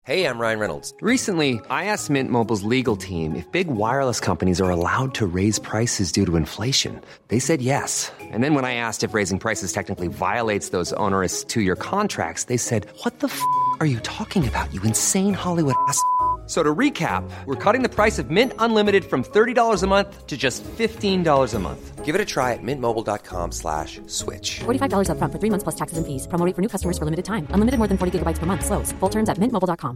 Hey, I'm Ryan Reynolds. Recently, I asked Mint Mobile's legal team if big wireless companies are allowed to raise prices due to inflation. They said yes. And then when I asked if raising prices technically violates those onerous two-year contracts, they said, "What the f*** are you talking about, you insane Hollywood ass?" So to recap, we're cutting the price of Mint Unlimited from $30 a month to just $15 a month. Give it a try at mintmobile.com/switch. $45 up front for 3 months plus taxes and fees. Promo rate for new customers for limited time. Unlimited more than 40 gigabytes per month. Slows full terms at mintmobile.com.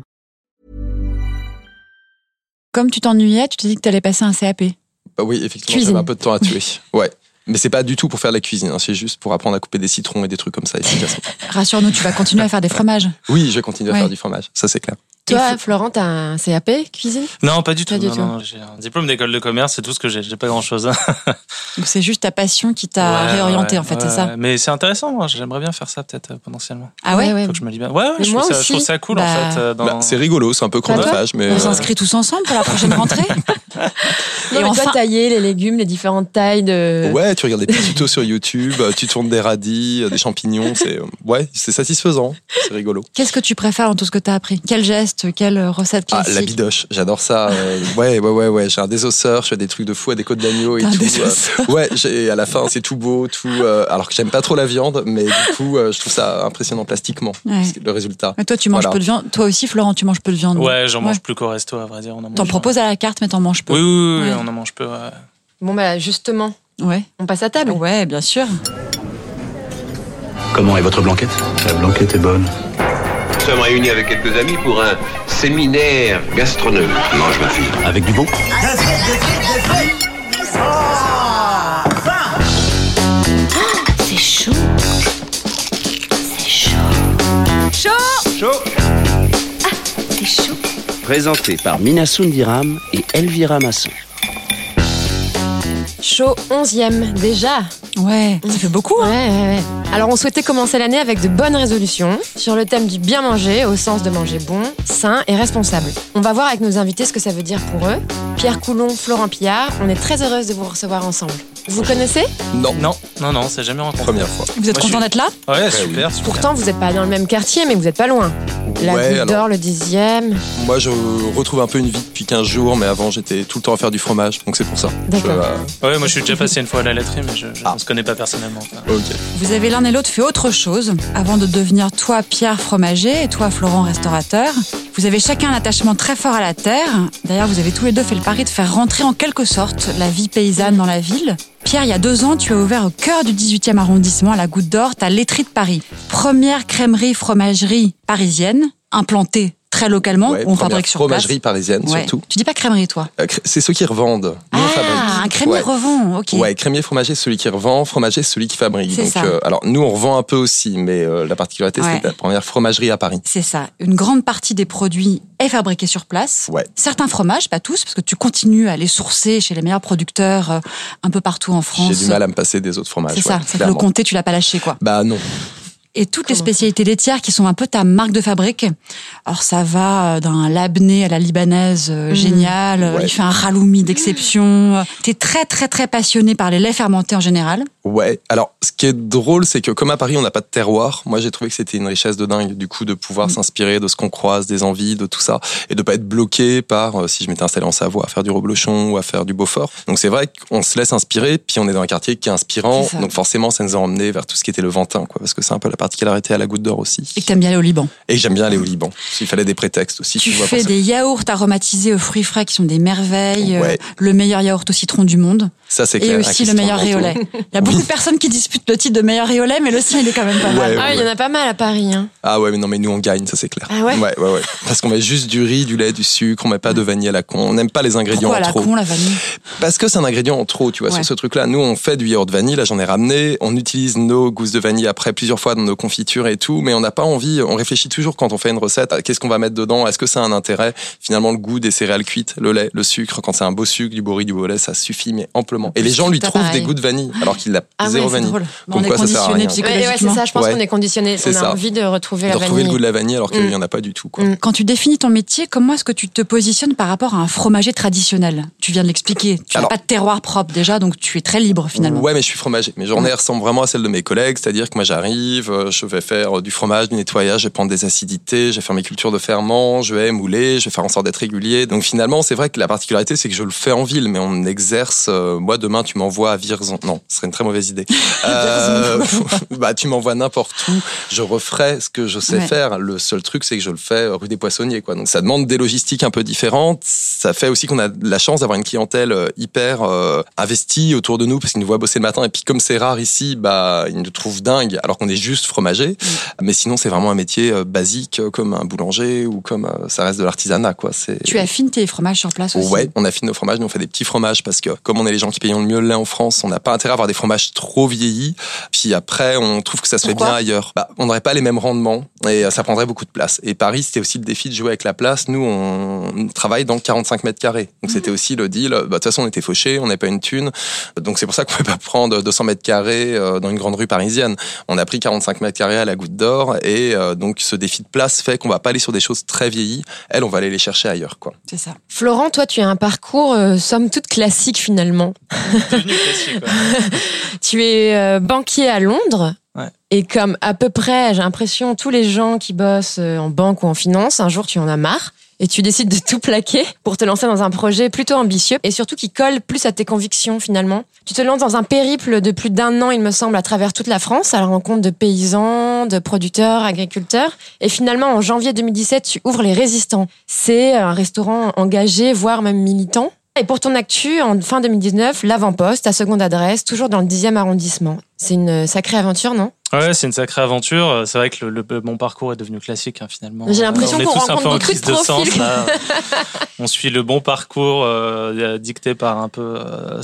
Comme tu t'ennuyais, tu te dis que tu allais passer un CAP. Bah oui, effectivement, j'avais un peu de temps à tuer. Ouais. Mais c'est pas du tout pour faire de la cuisine, hein. C'est juste pour apprendre à couper des citrons et des trucs comme ça efficacement. Rassure-nous, tu vas continuer à faire des fromages. Oui, je vais continuer à faire du fromage, ça c'est clair. Toi, Florent, t'as un CAP cuisine ? Non, pas du tout. Non, j'ai un diplôme d'école de commerce, c'est tout ce que j'ai. J'ai pas grand-chose. Donc c'est juste ta passion qui t'a réorienté, en fait, c'est ça ? Mais c'est intéressant, moi. J'aimerais bien faire ça, peut-être, potentiellement. Ah ouais ? Faut que je me libère. Ouais, je trouve ça cool, en fait. C'est rigolo, c'est un peu chronophage, mais... On s'inscrit tous ensemble pour la prochaine rentrée ? Et on va tailler les légumes, les différentes tailles de... Ouais, tu regardes des petits tutos sur YouTube, tu tournes des radis, des champignons, c'est satisfaisant, c'est rigolo. Qu'est-ce que tu préfères dans tout ce que t'as appris ? Quel geste, quelle recette classique ? La bidoche, j'adore ça. Ouais, j'ai un désosseur, je fais des trucs de fou à des côtes d'agneau et tout. Ouais, à la fin, c'est tout beau, tout. Alors que j'aime pas trop la viande, mais du coup, je trouve ça impressionnant plastiquement, le résultat. Mais toi, tu manges peu de viande. Toi aussi, Florent, tu manges peu de viande. Ouais, j'en mange plus qu'au resto, à vrai dire. T'en proposes à la carte, mais t'en manges peu. Oui, on en mange peu. Ouais. Bon, bah, justement, on passe à table. Ouais, bien sûr. Comment est votre blanquette ? La blanquette est bonne. Nous sommes réunis avec quelques amis pour un séminaire gastronomique. Mange ma fille. Avec du bon ? C'est chaud. C'est chaud. Chaud. Ah, c'est chaud. Présenté par Mina Sundiram et Elvira Masson. Chaud 11e, déjà. Ouais, ça fait beaucoup. Ouais. Alors, on souhaitait commencer l'année avec de bonnes résolutions sur le thème du bien manger, au sens de manger bon, sain et responsable. On va voir avec nos invités ce que ça veut dire pour eux. Pierre Coulon, Florent Pillard, on est très heureuse de vous recevoir ensemble. Vous connaissez ? Non, c'est jamais rencontré. Première fois. Vous êtes content d'être là ? Ouais, super. Pourtant, vous n'êtes pas dans le même quartier, mais vous n'êtes pas loin. La Goutte d'Or, le 10e. Moi, je retrouve un peu une vie depuis 15 jours, mais avant, j'étais tout le temps à faire du fromage, donc c'est pour ça. D'accord. Ouais, moi, je suis déjà passé une fois à la laiterie, mais je ne se connais pas personnellement. Ok. Vous avez l'un et l'autre fait autre chose avant de devenir toi, Pierre, fromager, et toi, Florent, restaurateur. Vous avez chacun un attachement très fort à la terre. D'ailleurs, vous avez tous les deux fait le pari de faire rentrer en quelque sorte la vie paysanne dans la ville. Pierre, il y a 2 ans, tu as ouvert au cœur du 18e arrondissement, à la Goutte d'Or, ta laiterie de Paris. Première crèmerie-fromagerie parisienne, implantée très localement, on fabrique sur place. Fromagerie parisienne, surtout. Tu dis pas crèmerie, toi ? C'est ceux qui revendent. Nous, on fabrique. Un crémier revend, ok. Ouais, crémier fromager, celui qui revend, fromager, celui qui fabrique. C'est donc, ça. Alors, nous, on revend un peu aussi, mais la particularité, c'est la première fromagerie à Paris. C'est ça. Une grande partie des produits est fabriquée sur place. Ouais. Certains fromages, pas tous, parce que tu continues à les sourcer chez les meilleurs producteurs un peu partout en France. J'ai du mal à me passer des autres fromages. C'est ça. C'est que le comté, tu l'as pas lâché, quoi. Bah non. Et toutes les spécialités laitières qui sont un peu ta marque de fabrique. Alors ça va d'un labné à la libanaise génial. Il fait un raloumi d'exception. T'es très très très passionné par les laits fermentés en général. Ouais. Alors ce qui est drôle, c'est que comme à Paris on n'a pas de terroir, moi j'ai trouvé que c'était une richesse de dingue du coup de pouvoir s'inspirer de ce qu'on croise, des envies, de tout ça, et de pas être bloqué par si je m'étais installé en Savoie à faire du reblochon ou à faire du Beaufort. Donc c'est vrai qu'on se laisse inspirer, puis on est dans un quartier qui est inspirant, donc forcément ça nous a emmené vers tout ce qui était le Ventin, quoi, parce que c'est un peu la particularité à la Goutte d'Or aussi. Et que t'aimes bien aller au Liban. Et que j'aime bien aller au Liban. Il fallait des prétextes aussi. Tu fais des yaourts aromatisés aux fruits frais qui sont des merveilles. Le meilleur yaourt au citron du monde. Ça c'est clair. Et aussi le meilleur riolet. Il y a beaucoup de personnes qui disputent le titre de meilleur riolet, mais le sien il est quand même pas mal. Il y en a pas mal à Paris. Hein. Ah ouais, mais non, mais nous on gagne, ça c'est clair. Ah ouais. Ouais. Parce qu'on met juste du riz, du lait, du sucre, on met pas de vanille à la con. On n'aime pas les ingrédients en trop. Pourquoi à la con, la vanille ? Parce que c'est un ingrédient en trop, tu vois, sur ce truc-là. Nous on fait du yaourt vanille, là j'en ai ramené. On utilise nos gousses de vanille après plusieurs fois dans nos confitures et tout, mais on n'a pas envie, on réfléchit toujours quand on fait une recette à qu'est-ce qu'on va mettre dedans, est-ce que ça a un intérêt ? Finalement le goût des céréales cuites, le lait, le sucre, quand c'est un beau sucre, du beau riz, du beau lait, ça suffit mais amplement. simplement. Et les gens lui trouvent des goûts de vanille, alors qu'il a zéro vanille. On est conditionné psychologiquement. C'est ça, je pense qu'on est conditionné. On a envie de retrouver la vanille. De retrouver le goût de la vanille, alors qu'il n'y en a pas du tout. Quoi. Quand tu définis ton métier, comment est-ce que tu te positionnes par rapport à un fromager traditionnel ? Tu viens de l'expliquer. Tu n'as pas de terroir propre déjà, donc tu es très libre finalement. Ouais, mais je suis fromager. Mes journées ressemblent vraiment à celles de mes collègues, c'est-à-dire que moi j'arrive, je vais faire du fromage, du nettoyage, je vais prendre des acidités, je vais faire mes cultures de ferment, je vais mouler, je vais faire en sorte d'être régulier. Donc finalement, c'est vrai que la particularité, c'est que je le fais en ville, mais on exerce. Moi, demain, tu m'envoies à Vierzon. Non, ce serait une très mauvaise idée. Tu m'envoies n'importe où, je referai ce que je sais faire. Le seul truc, c'est que je le fais rue des Poissonniers, quoi. Donc ça demande des logistiques un peu différentes. Ça fait aussi qu'on a la chance d'avoir une clientèle hyper investie autour de nous, parce qu'ils nous voient bosser le matin. Et puis comme c'est rare ici, ils nous trouvent dingues, alors qu'on est juste fromager. Mais sinon, c'est vraiment un métier basique, comme un boulanger ou comme ça reste de l'artisanat, quoi. Tu affines tes fromages sur place aussi? Ouais, on affine nos fromages. Nous, on fait des petits fromages parce que comme on est les gens qui payons le mieux le lait en France, on n'a pas intérêt à avoir des fromages trop vieillis. Puis après, on trouve que ça se fait bien ailleurs. On n'aurait pas les mêmes rendements et ça prendrait beaucoup de place. Et Paris, c'était aussi le défi de jouer avec la place. Nous, on travaille dans 45 mètres carrés. Donc c'était aussi le deal. De toute façon, on était fauchés, on n'avait pas une thune. Donc c'est pour ça qu'on ne pouvait pas prendre 200 mètres carrés dans une grande rue parisienne. On a pris 45 mètres carrés à la Goutte d'Or et donc ce défi de place fait qu'on va pas aller sur des choses très vieillies. Elles, on va aller les chercher ailleurs, quoi. C'est ça. Florent, toi, tu as un parcours somme toute classique finalement. Devenu classique, ouais. Tu es banquier à Londres. Ouais. Et comme à peu près, j'ai l'impression, tous les gens qui bossent en banque ou en finance, un jour tu en as marre et tu décides de tout plaquer pour te lancer dans un projet plutôt ambitieux et surtout qui colle plus à tes convictions finalement. Tu te lances dans un périple de plus d'1 an, il me semble, à travers toute la France, à la rencontre de paysans, de producteurs, agriculteurs. Et finalement, en janvier 2017, tu ouvres Les Résistants. C'est un restaurant engagé, voire même militant. Et pour ton actu, en fin 2019, l'Avant-Poste, ta seconde adresse, toujours dans le 10e arrondissement. C'est une sacrée aventure, non ? Ouais, c'est une sacrée aventure. C'est vrai que mon parcours est devenu classique, finalement. J'ai l'impression qu'on rencontre un peu en beaucoup crise de sens, profils. là. On suit le bon parcours dicté par un peu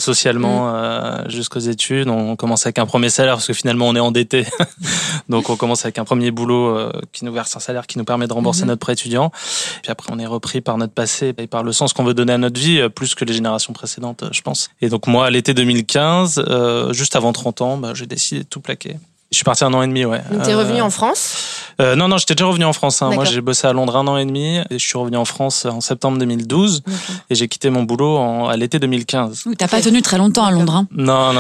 socialement jusqu'aux études. On commence avec un premier salaire parce que finalement on est endetté. Donc on commence avec un premier boulot qui nous verse un salaire qui nous permet de rembourser notre prêt étudiant. Puis après on est repris par notre passé et par le sens qu'on veut donner à notre vie, plus que les générations précédentes, je pense. Et donc moi, à l'été 2015, juste avant 30 ans, j'ai décidé de tout plaquer. Je suis parti 1 an et demi, ouais. Donc t'es revenu en France ? Non, j'étais déjà revenu en France. Moi, j'ai bossé à Londres 1 an et demi et je suis revenu en France en septembre 2012 et j'ai quitté mon boulot à l'été 2015. T'as pas tenu très longtemps à Londres, hein ? Non.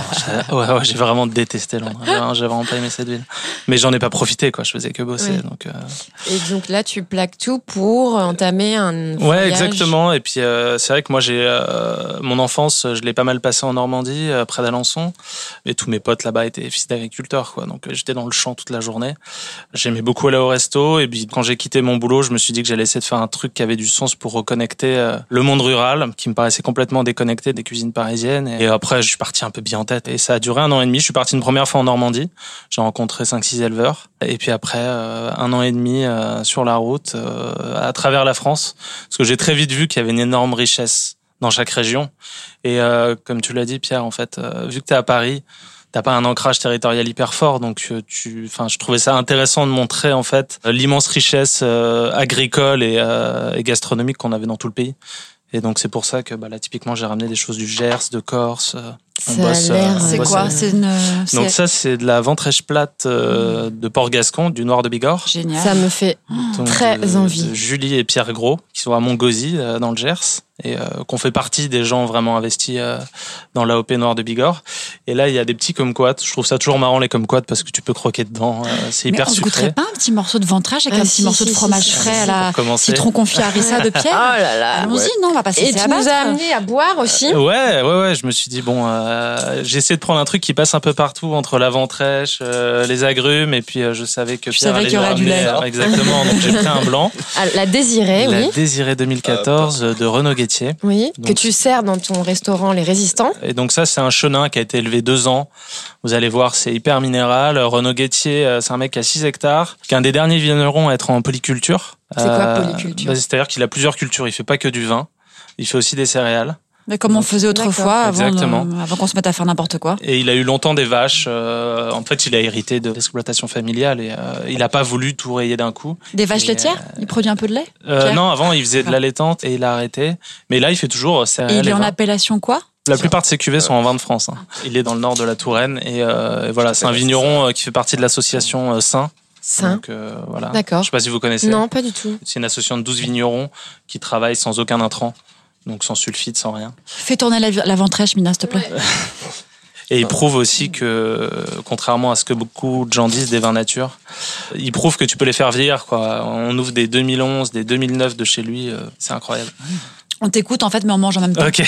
J'ai vraiment détesté Londres. J'ai vraiment pas aimé cette ville. Mais j'en ai pas profité, quoi. Je faisais que bosser. Oui. Donc, Et donc là, tu plaques tout pour entamer un voyage. Ouais, exactement. Et puis c'est vrai que moi, mon enfance, je l'ai pas mal passée en Normandie, près d'Alençon. Et tous mes potes là-bas étaient fils d'agriculteurs, quoi. Donc j'étais dans le champ toute la journée. J'aimais beaucoup aller au resto. Et puis quand j'ai quitté mon boulot, je me suis dit que j'allais essayer de faire un truc qui avait du sens pour reconnecter le monde rural, qui me paraissait complètement déconnecté des cuisines parisiennes. Et après, je suis parti un peu bien en tête. Et ça a duré 1 an et demi. Je suis parti une première fois en Normandie. J'ai rencontré 5-6 éleveurs. Et puis après, 1 an et demi sur la route, à travers la France. Parce que j'ai très vite vu qu'il y avait une énorme richesse dans chaque région. Et comme tu l'as dit, Pierre, en fait, vu que t'es à Paris, t'as pas un ancrage territorial hyper fort, donc je trouvais ça intéressant de montrer en fait l'immense richesse agricole et gastronomique qu'on avait dans tout le pays. Et donc c'est pour ça que là typiquement j'ai ramené des choses du Gers, de Corse. C'est quoi ? Donc ça c'est de la ventrèche plate de Port-Gascon, du Noir de Bigorre. Génial. Ça me fait très envie. De Julie et Pierre Gros, qui sont à Montgauzy dans le Gers. Et qu'on fait partie des gens vraiment investis dans l'AOP Noir de Bigorre. Et là, il y a des petits kumquats. Je trouve ça toujours marrant, les kumquats, parce que tu peux croquer dedans. C'est hyper sucré. Mais on se goûterait pas un petit morceau de ventrage avec un petit morceau de fromage frais à la citron confit harissa de Pierre ? Oh là là. Allons-y, non, on va passer. Et tu nous as amené à boire aussi ? Ouais. Je me suis dit, j'ai essayé de prendre un truc qui passe un peu partout, entre la ventrèche, les agrumes, et puis je savais que Pierre allait qu'il y aurait du lait. Exactement, donc j'ai pris un blanc. La Désirée, oui. La Désirée 2014 de Renaud Guettier. Oui, donc, que tu sers dans ton restaurant Les Résistants. Et donc ça, c'est un chenin qui a été élevé 2 ans. Vous allez voir, c'est hyper minéral. Renaud Guettier, c'est un mec qui a 6 hectares, qui est un des derniers vignerons à être en polyculture. C'est quoi polyculture ? C'est-à-dire qu'il a plusieurs cultures. Il fait pas que du vin. Il fait aussi des céréales. Mais comme on faisait autrefois, avant qu'on se mette à faire n'importe quoi. Et il a eu longtemps des vaches. En fait, il a hérité de l'exploitation familiale et il n'a pas voulu tout rayer d'un coup. Des vaches laitières ? Il produit un peu de lait ? Non, avant, il faisait de la laitante et il a arrêté. Mais là, il fait toujours céréales. Et il est en appellation quoi ? La plupart de ces cuvées sont en vin de France. Il est dans le nord de la Touraine et voilà, c'est un vigneron qui fait partie de l'association Saint. Donc, voilà. D'accord. Je sais pas si vous connaissez. Non, pas du tout. C'est une association de 12 vignerons qui travaillent sans aucun intrant, donc sans sulfite, sans rien. Fais tourner la ventrèche, Mina, s'il te plaît. Et il prouve aussi que, contrairement à ce que beaucoup de gens disent des vins nature, il prouve que tu peux les faire vieillir, quoi. On ouvre des 2011, des 2009 de chez lui, c'est incroyable. On t'écoute en fait, mais on mange en même temps. Ok.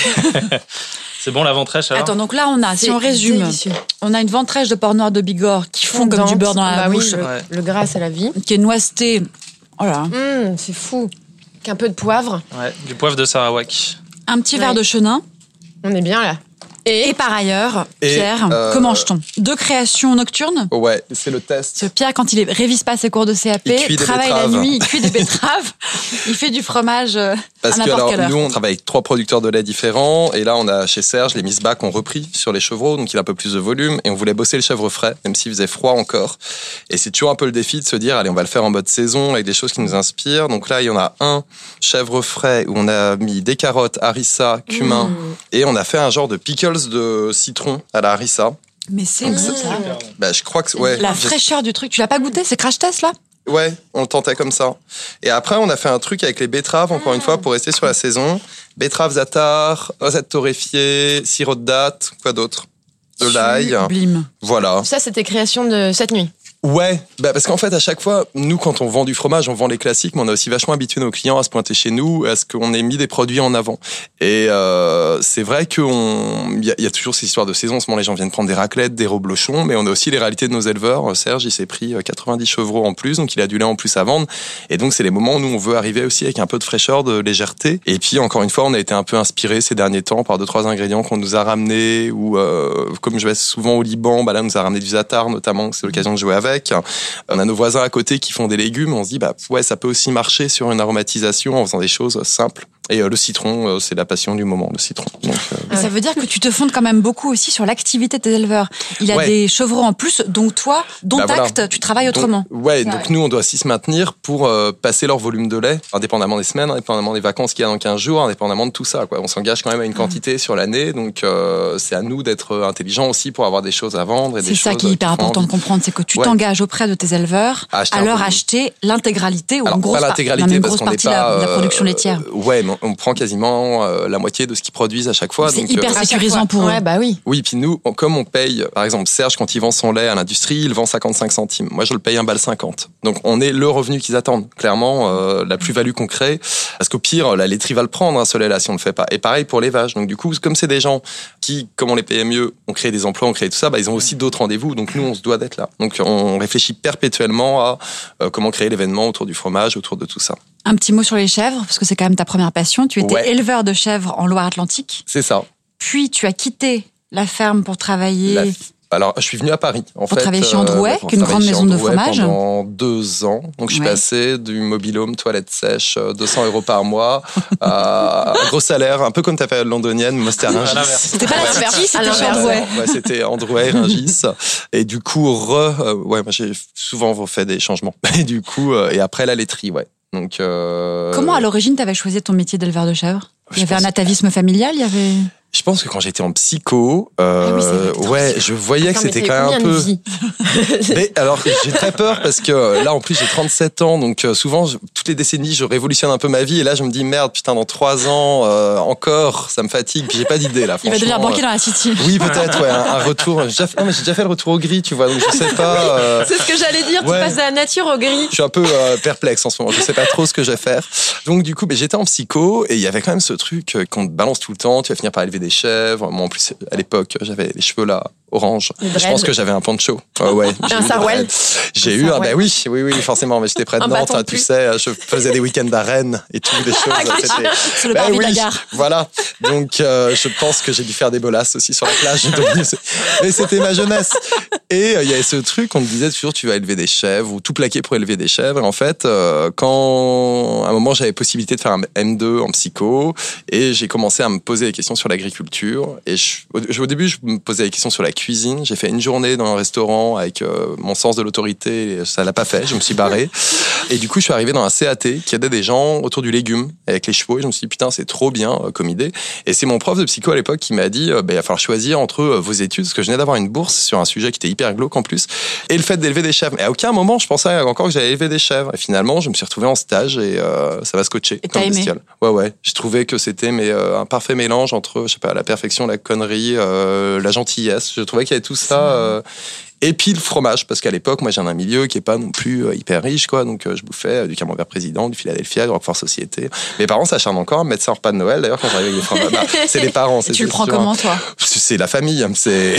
C'est bon la ventrèche alors? Attends, donc là on a, si on résume, délicieux. on a une ventrèche de porc noir de Bigorre qui fond comme du beurre dans la bouche, Oui, le gras, c'est la vie. qui est noisetée. Oh là. C'est fou. Qu'un peu de poivre. Ouais, du poivre de Sarawak. Un petit verre de chenin. On est bien là. Et par ailleurs, Pierre, que mange-t-on? 2 créations nocturnes. Ouais, c'est le test. Parce que Pierre, quand il révise pas ses cours de CAP, Il travaille la nuit, il cuit des betteraves, il fait du fromage Parce à que n'importe quelle heure. nous, on travaille avec 3 producteurs de lait différents. Et là, on a chez Serge, les Miss Bac ont repris sur les chevreaux, donc il a un peu plus de volume. Et on voulait bosser le chèvre frais, même s'il faisait froid encore. Et c'est toujours un peu le défi de se dire, allez, on va le faire en mode saison, avec des choses qui nous inspirent. Donc là, il y en a un chèvre frais où on a mis des carottes, harissa, cumin. Et on a fait un genre de pickles de citron à la harissa. Mais c'est bon, ça. Bah, je crois que ouais. La fraîcheur du truc, tu l'as pas goûté? C'est crash test là? Ouais, on le tentait comme ça. Et après, on a fait un truc avec les betteraves, encore une fois, pour rester sur la saison. Betteraves zatar, noisettes torréfiées, sirop de date, quoi d'autre? De l'ail. Sublime. Voilà. Ça, c'était création de cette nuit. Ouais, bah parce qu'en fait, à chaque fois, nous, quand on vend du fromage, on vend les classiques, mais on a aussi vachement habitué nos clients à se pointer chez nous, à ce qu'on ait mis des produits en avant. Et c'est vrai qu'il y a toujours ces histoires de saison. En ce moment, les gens viennent prendre des raclettes, des reblochons, mais on a aussi les réalités de nos éleveurs. Serge, il s'est pris 90 chevreaux en plus, donc il a du lait en plus à vendre. Et donc, c'est les moments où nous, on veut arriver aussi avec un peu de fraîcheur, de légèreté. Et puis, encore une fois, on a été un peu inspiré ces derniers temps par 2-3 ingrédients qu'on nous a ramenés, ou comme je vais souvent au Liban, bah là, on nous a ramené du zatar, notamment, c'est l'occasion de jouer avec. On a nos voisins à côté qui font des légumes, on se dit bah ouais, ça peut aussi marcher sur une aromatisation en faisant des choses simples. Et le citron, c'est la passion du moment, le citron. Donc, Ça veut dire que tu te fondes quand même beaucoup aussi sur l'activité de tes éleveurs. Il a des chevreaux en plus, donc toi, acte, tu travailles autrement. Donc nous, on doit aussi se maintenir pour passer leur volume de lait, indépendamment des semaines, indépendamment des vacances qu'il y a dans 15 jours, indépendamment de tout ça, quoi. On s'engage quand même à une quantité sur l'année, donc c'est à nous d'être intelligents aussi pour avoir des choses à vendre. Et c'est ça qui est hyper important de comprendre, c'est que tu t'engages auprès de tes éleveurs à leur acheter l'intégralité ou une grosse partie de la production laitière. Ouais, mais on prend quasiment la moitié de ce qu'ils produisent à chaque fois. C'est donc, hyper sécurisant pour eux. Ouais, bah oui. Oui, puis nous, comme on paye, par exemple, Serge, quand il vend son lait à l'industrie, il vend 55 centimes. Moi, je le paye 1,50 $. Donc, on est le revenu qu'ils attendent. Clairement, la plus-value qu'on crée. Parce qu'au pire, la laiterie va le prendre, ce lait-là, si on le fait pas. Et pareil pour les vaches. Donc, du coup, comme c'est des gens qui, comme on les paye mieux, on crée des emplois, on crée tout ça, bah, ils ont aussi d'autres rendez-vous. Donc, nous, on se doit d'être là. Donc, on réfléchit perpétuellement à comment créer l'événement autour du fromage, autour de tout ça. Un petit mot sur les chèvres, parce que c'est quand même ta première passion. Tu étais éleveur de chèvres en Loire-Atlantique. C'est ça. Puis tu as quitté la ferme pour travailler... Alors, je suis venu à Paris, en fait. Pour travailler chez Androuet, qui est une grande maison de fromage. Pendant 2 ans. Donc, je suis passé du mobil-home, toilette sèche, 200 € par mois, à un gros salaire, un peu comme ta période londonienne. Moi, c'était à Rungis. C'était pas la City, c'était chez Androuet. Ouais, c'était Androuet et Rungis. Et du coup, moi, j'ai souvent fait des changements. Et du coup, et après la laiterie, ouais. Donc, comment, à l'origine, t'avais choisi ton métier d'éleveur de chèvres? Il y avait un atavisme familial, il y avait... Je pense que quand j'étais en psycho, je voyais que c'était quand même un peu... Mais alors, j'ai très peur parce que là, en plus, j'ai 37 ans, donc souvent, toutes les décennies, je révolutionne un peu ma vie, et là, je me dis, merde, putain, dans 3 ans, encore, ça me fatigue, puis j'ai pas d'idée, là, franchement. Il va devenir banquier dans la City. Oui, peut-être, un retour. J'ai déjà fait le retour au gris, tu vois, donc je sais pas... C'est ce que j'allais dire, tu passes de la nature au gris. Je suis un peu perplexe en ce moment, je sais pas trop ce que je vais faire. Donc, du coup, j'étais en psycho, et il y avait quand même ce truc qu'on te balance tout le temps, tu vas finir par élever des chèvres. Moi, en plus, à l'époque, j'avais les cheveux là, orange. Je pense que j'avais un poncho. Un sarouel. J'ai eu oui, forcément. Mais j'étais près de Nantes, tu sais. Je faisais des week-ends à Rennes et tout, des choses. C'est le Barbie de la gare. Voilà. Donc, je pense que j'ai dû faire des bolasses aussi sur la plage. Mais c'était ma jeunesse. Et il y avait ce truc, on me disait toujours tu vas élever des chèvres ou tout plaquer pour élever des chèvres. Et en fait, quand à un moment j'avais possibilité de faire un M2 en psycho et j'ai commencé à me poser des questions sur l'agriculture. Et au début, je me posais des questions sur la cuisine. J'ai fait une journée dans un restaurant avec mon sens de l'autorité. Et ça l'a pas fait, je me suis barré. Et du coup, je suis arrivé dans un CAT qui aidait des gens autour du légume avec les chevaux. Et je me suis dit putain, c'est trop bien comme idée. Et c'est mon prof de psycho à l'époque qui m'a dit il va falloir choisir entre vos études, parce que je venais d'avoir une bourse sur un sujet qui était hyper glauque en plus, et le fait d'élever des chèvres. Mais à aucun moment je pensais encore que j'allais élever des chèvres. Et finalement, je me suis retrouvé en stage et ça m'a scotché. Et comme t'as aimé? bestiole. Ouais. J'ai trouvé que c'était un parfait mélange entre, je sais pas, la perfection, la connerie, la gentillesse. Je trouvais qu'il y avait tout ça. Et puis le fromage, parce qu'à l'époque, moi, j'ai un milieu qui est pas non plus hyper riche, quoi. Donc, je bouffais du camembert président, du Philadelphia, du Roquefort Société. Mes parents s'acharnent encore à me mettre ça en repas de Noël, d'ailleurs, quand j'arrive avec des fromages. C'est les parents. Et tu le prends comment, toi? C'est la famille, c'est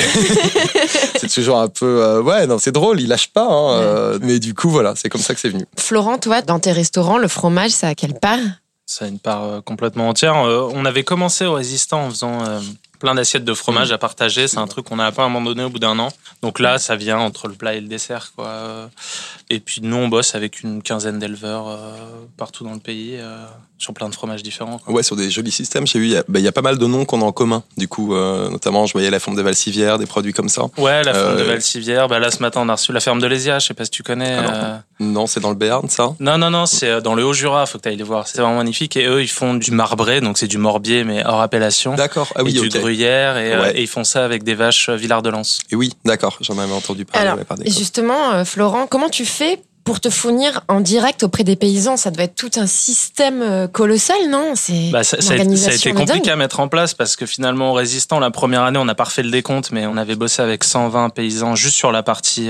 toujours un peu, c'est drôle, ils lâchent pas, mais du coup, voilà, c'est comme ça que c'est venu. Florent, toi, dans tes restaurants, le fromage, ça a quelle part? Ça a une part complètement entière. On avait commencé au Résistant en faisant plein d'assiettes de fromage à partager. C'est un truc qu'on a pas abandonné au bout d'un an. Donc là, ça vient entre le plat et le dessert, quoi. Et puis nous, on bosse avec une quinzaine d'éleveurs partout dans le pays sur plein de fromages différents, quoi. Ouais, sur des jolis systèmes. J'ai vu, il y a pas mal de noms qu'on a en commun. Du coup, notamment, je voyais la ferme de Valsivière, des produits comme ça. Ouais, la ferme de Valsivière. Là, ce matin, on a reçu la ferme de Lésia. Je sais pas si tu connais. Non, c'est dans le Béarn, ça? Non, c'est dans le Haut-Jura. Faut que tu ailles les voir. C'est vraiment magnifique. Et eux, ils font du marbré, donc c'est du morbier, mais hors appellation. D'accord. Ah oui, et du gruyère. Et ils font ça avec des vaches Villard de Lans. Et oui, d'accord. J'en avais entendu parler. Alors, justement, Florent, comment tu fais pour te fournir en direct auprès des paysans? Ça doit être tout un système colossal, non? Ça a été compliqué à mettre en place parce que finalement, au Résistant, la première année, on n'a pas refait le décompte, mais on avait bossé avec 120 paysans juste sur la partie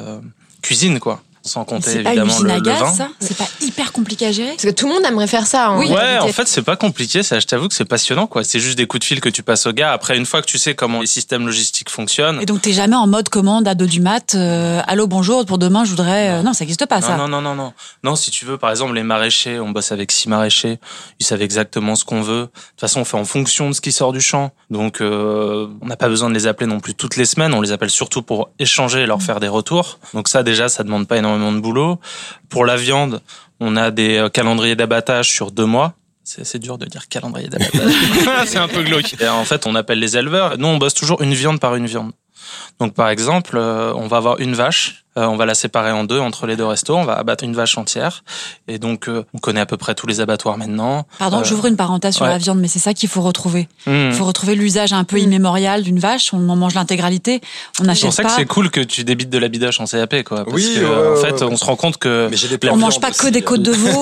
cuisine, quoi. Sans compter évidemment le vin. Ça c'est pas hyper compliqué à gérer? Parce que tout le monde aimerait faire ça. Oui, en fait, c'est pas compliqué. Ça, je t'avoue que c'est passionnant, quoi. C'est juste des coups de fil que tu passes au gars. Après, une fois que tu sais comment les systèmes logistiques fonctionnent. Et donc, t'es jamais en mode commande à 2 du mat. Allô, bonjour, pour demain, je voudrais. Non, ça n'existe pas, ça. Non. Non, si tu veux, par exemple, les maraîchers, on bosse avec 6 maraîchers. Ils savent exactement ce qu'on veut. De toute façon, on fait en fonction de ce qui sort du champ. Donc, on n'a pas besoin de les appeler non plus toutes les semaines. On les appelle surtout pour échanger et leur faire des retours. Donc ça, déjà, ça demande pas énormément de boulot. Pour la viande, on a des calendriers d'abattage sur 2 mois. C'est dur de dire calendrier d'abattage. C'est un peu glauque. Et en fait, on appelle les éleveurs. Nous, on bosse toujours une viande par une viande. Donc, par exemple, on va avoir une vache. On va la séparer en 2 entre les 2 restos. On va abattre une vache entière. Et donc, on connaît à peu près tous les abattoirs maintenant. Pardon, j'ouvre une parenthèse sur la viande, mais c'est ça qu'il faut retrouver. Il faut retrouver l'usage un peu immémorial d'une vache. On en mange l'intégralité. On n'achète pas. C'est pour ça que c'est cool que tu débites de la bidache en CAP, quoi. Parce que, en fait, on se rend compte que on mange pas que des côtes de veau.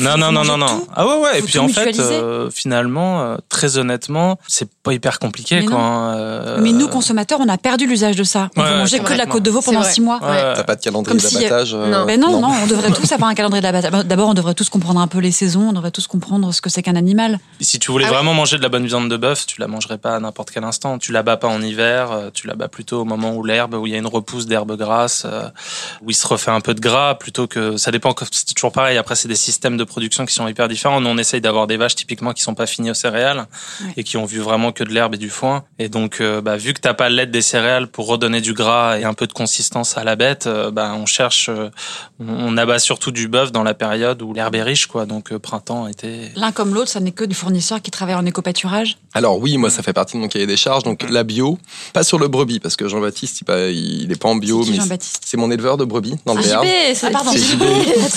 Non. Ah ouais. Et puis en fait, finalement, très honnêtement, c'est pas hyper compliqué, mais quoi. Mais nous, consommateurs, on a perdu l'usage de ça. On peut manger que de la côte de veau pendant 6 mois. T'as pas de calendrier d'abattage? Non, on devrait tous avoir un calendrier d'abattage. D'abord, on devrait tous comprendre un peu les saisons, on devrait tous comprendre ce que c'est qu'un animal. Si tu voulais vraiment manger de la bonne viande de bœuf, tu la mangerais pas à n'importe quel instant. Tu la bats pas en hiver, tu la bats plutôt au moment où il y a une repousse d'herbe grasse, où il se refait un peu de gras, plutôt que, ça dépend, c'est toujours pareil. Après, c'est des systèmes de production qui sont hyper différents. Nous, on essaye d'avoir des vaches typiquement qui sont pas finies aux céréales et qui ont vu vraiment que de l'herbe et du foin. Et donc, vu que t'as pas l'aide des céréales pour redonner du gras et un peu de consistance à la bête, on cherche, on abat surtout du bœuf dans la période où l'herbe est riche, quoi. Donc printemps, été. L'un comme l'autre, ça n'est que des fournisseurs qui travaillent en éco-pâturage? Alors oui, moi ça fait partie de mon cahier des charges. Donc la bio, pas sur le brebis parce que Jean-Baptiste il est pas en bio, mais c'est mon éleveur de brebis dans le Béarn. C'est JB.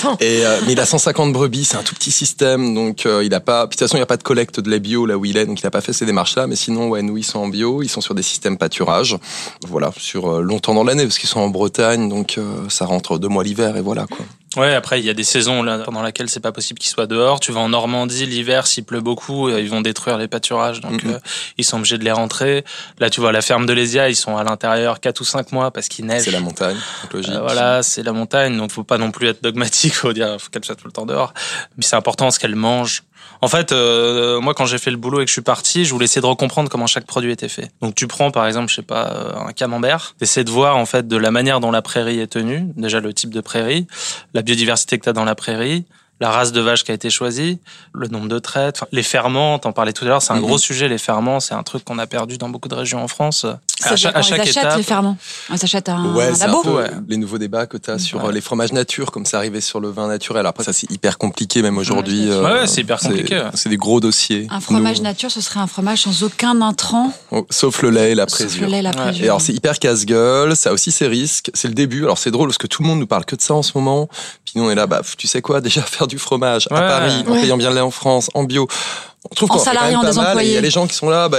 Mais il a 150 brebis, c'est un tout petit système, donc il a pas. Puis de toute façon il y a pas de collecte de lait bio là où il est, donc il a pas fait ces démarches-là. Mais sinon nous ils sont en bio, ils sont sur des systèmes pâturage, voilà, sur longtemps dans l'année parce qu'ils sont en Bretagne, donc ça rentre 2 mois l'hiver et voilà, quoi. Ouais, après, il y a des saisons là, pendant lesquelles c'est pas possible qu'ils soient dehors. Tu vas en Normandie, l'hiver, s'il pleut beaucoup, ils vont détruire les pâturages, donc ils sont obligés de les rentrer. Là, tu vois, la ferme de Lésia, ils sont à l'intérieur 4 ou 5 mois parce qu'il neige. C'est la montagne, donc logique. Voilà, c'est la montagne, donc faut pas non plus être dogmatique, faut qu'elle soit tout le temps dehors. Mais c'est important ce qu'elle mange. En fait, moi, quand j'ai fait le boulot et que je suis parti, je voulais essayer de recomprendre comment chaque produit était fait. Donc, tu prends, par exemple, un camembert, t'essaies de voir, en fait, de la manière dont la prairie est tenue, déjà le type de prairie, la biodiversité que t'as dans la prairie, la race de vache qui a été choisie, le nombre de traites, les ferments, t'en parlais tout à l'heure, c'est un gros sujet, les ferments, c'est un truc qu'on a perdu dans beaucoup de régions en France. À chaque étape, les ferments. On s'achète un labo. C'est un peu les nouveaux débats que t'as sur les fromages nature, comme c'est arrivé sur le vin naturel. Après, ça, c'est hyper compliqué, même aujourd'hui. C'est hyper compliqué. C'est des gros dossiers. Un fromage nature, ce serait un fromage sans aucun intrant. Sauf le lait et la présure. Et alors, c'est hyper casse-gueule, ça a aussi ses risques. C'est le début. Alors, c'est drôle parce que tout le monde nous parle que de ça en ce moment. Puis nous, on est là, tu sais quoi, déjà faire du fromage à Paris, en payant bien le lait en France, en bio. On trouve qu'on salariant des employés. Il y a les gens qui sont là,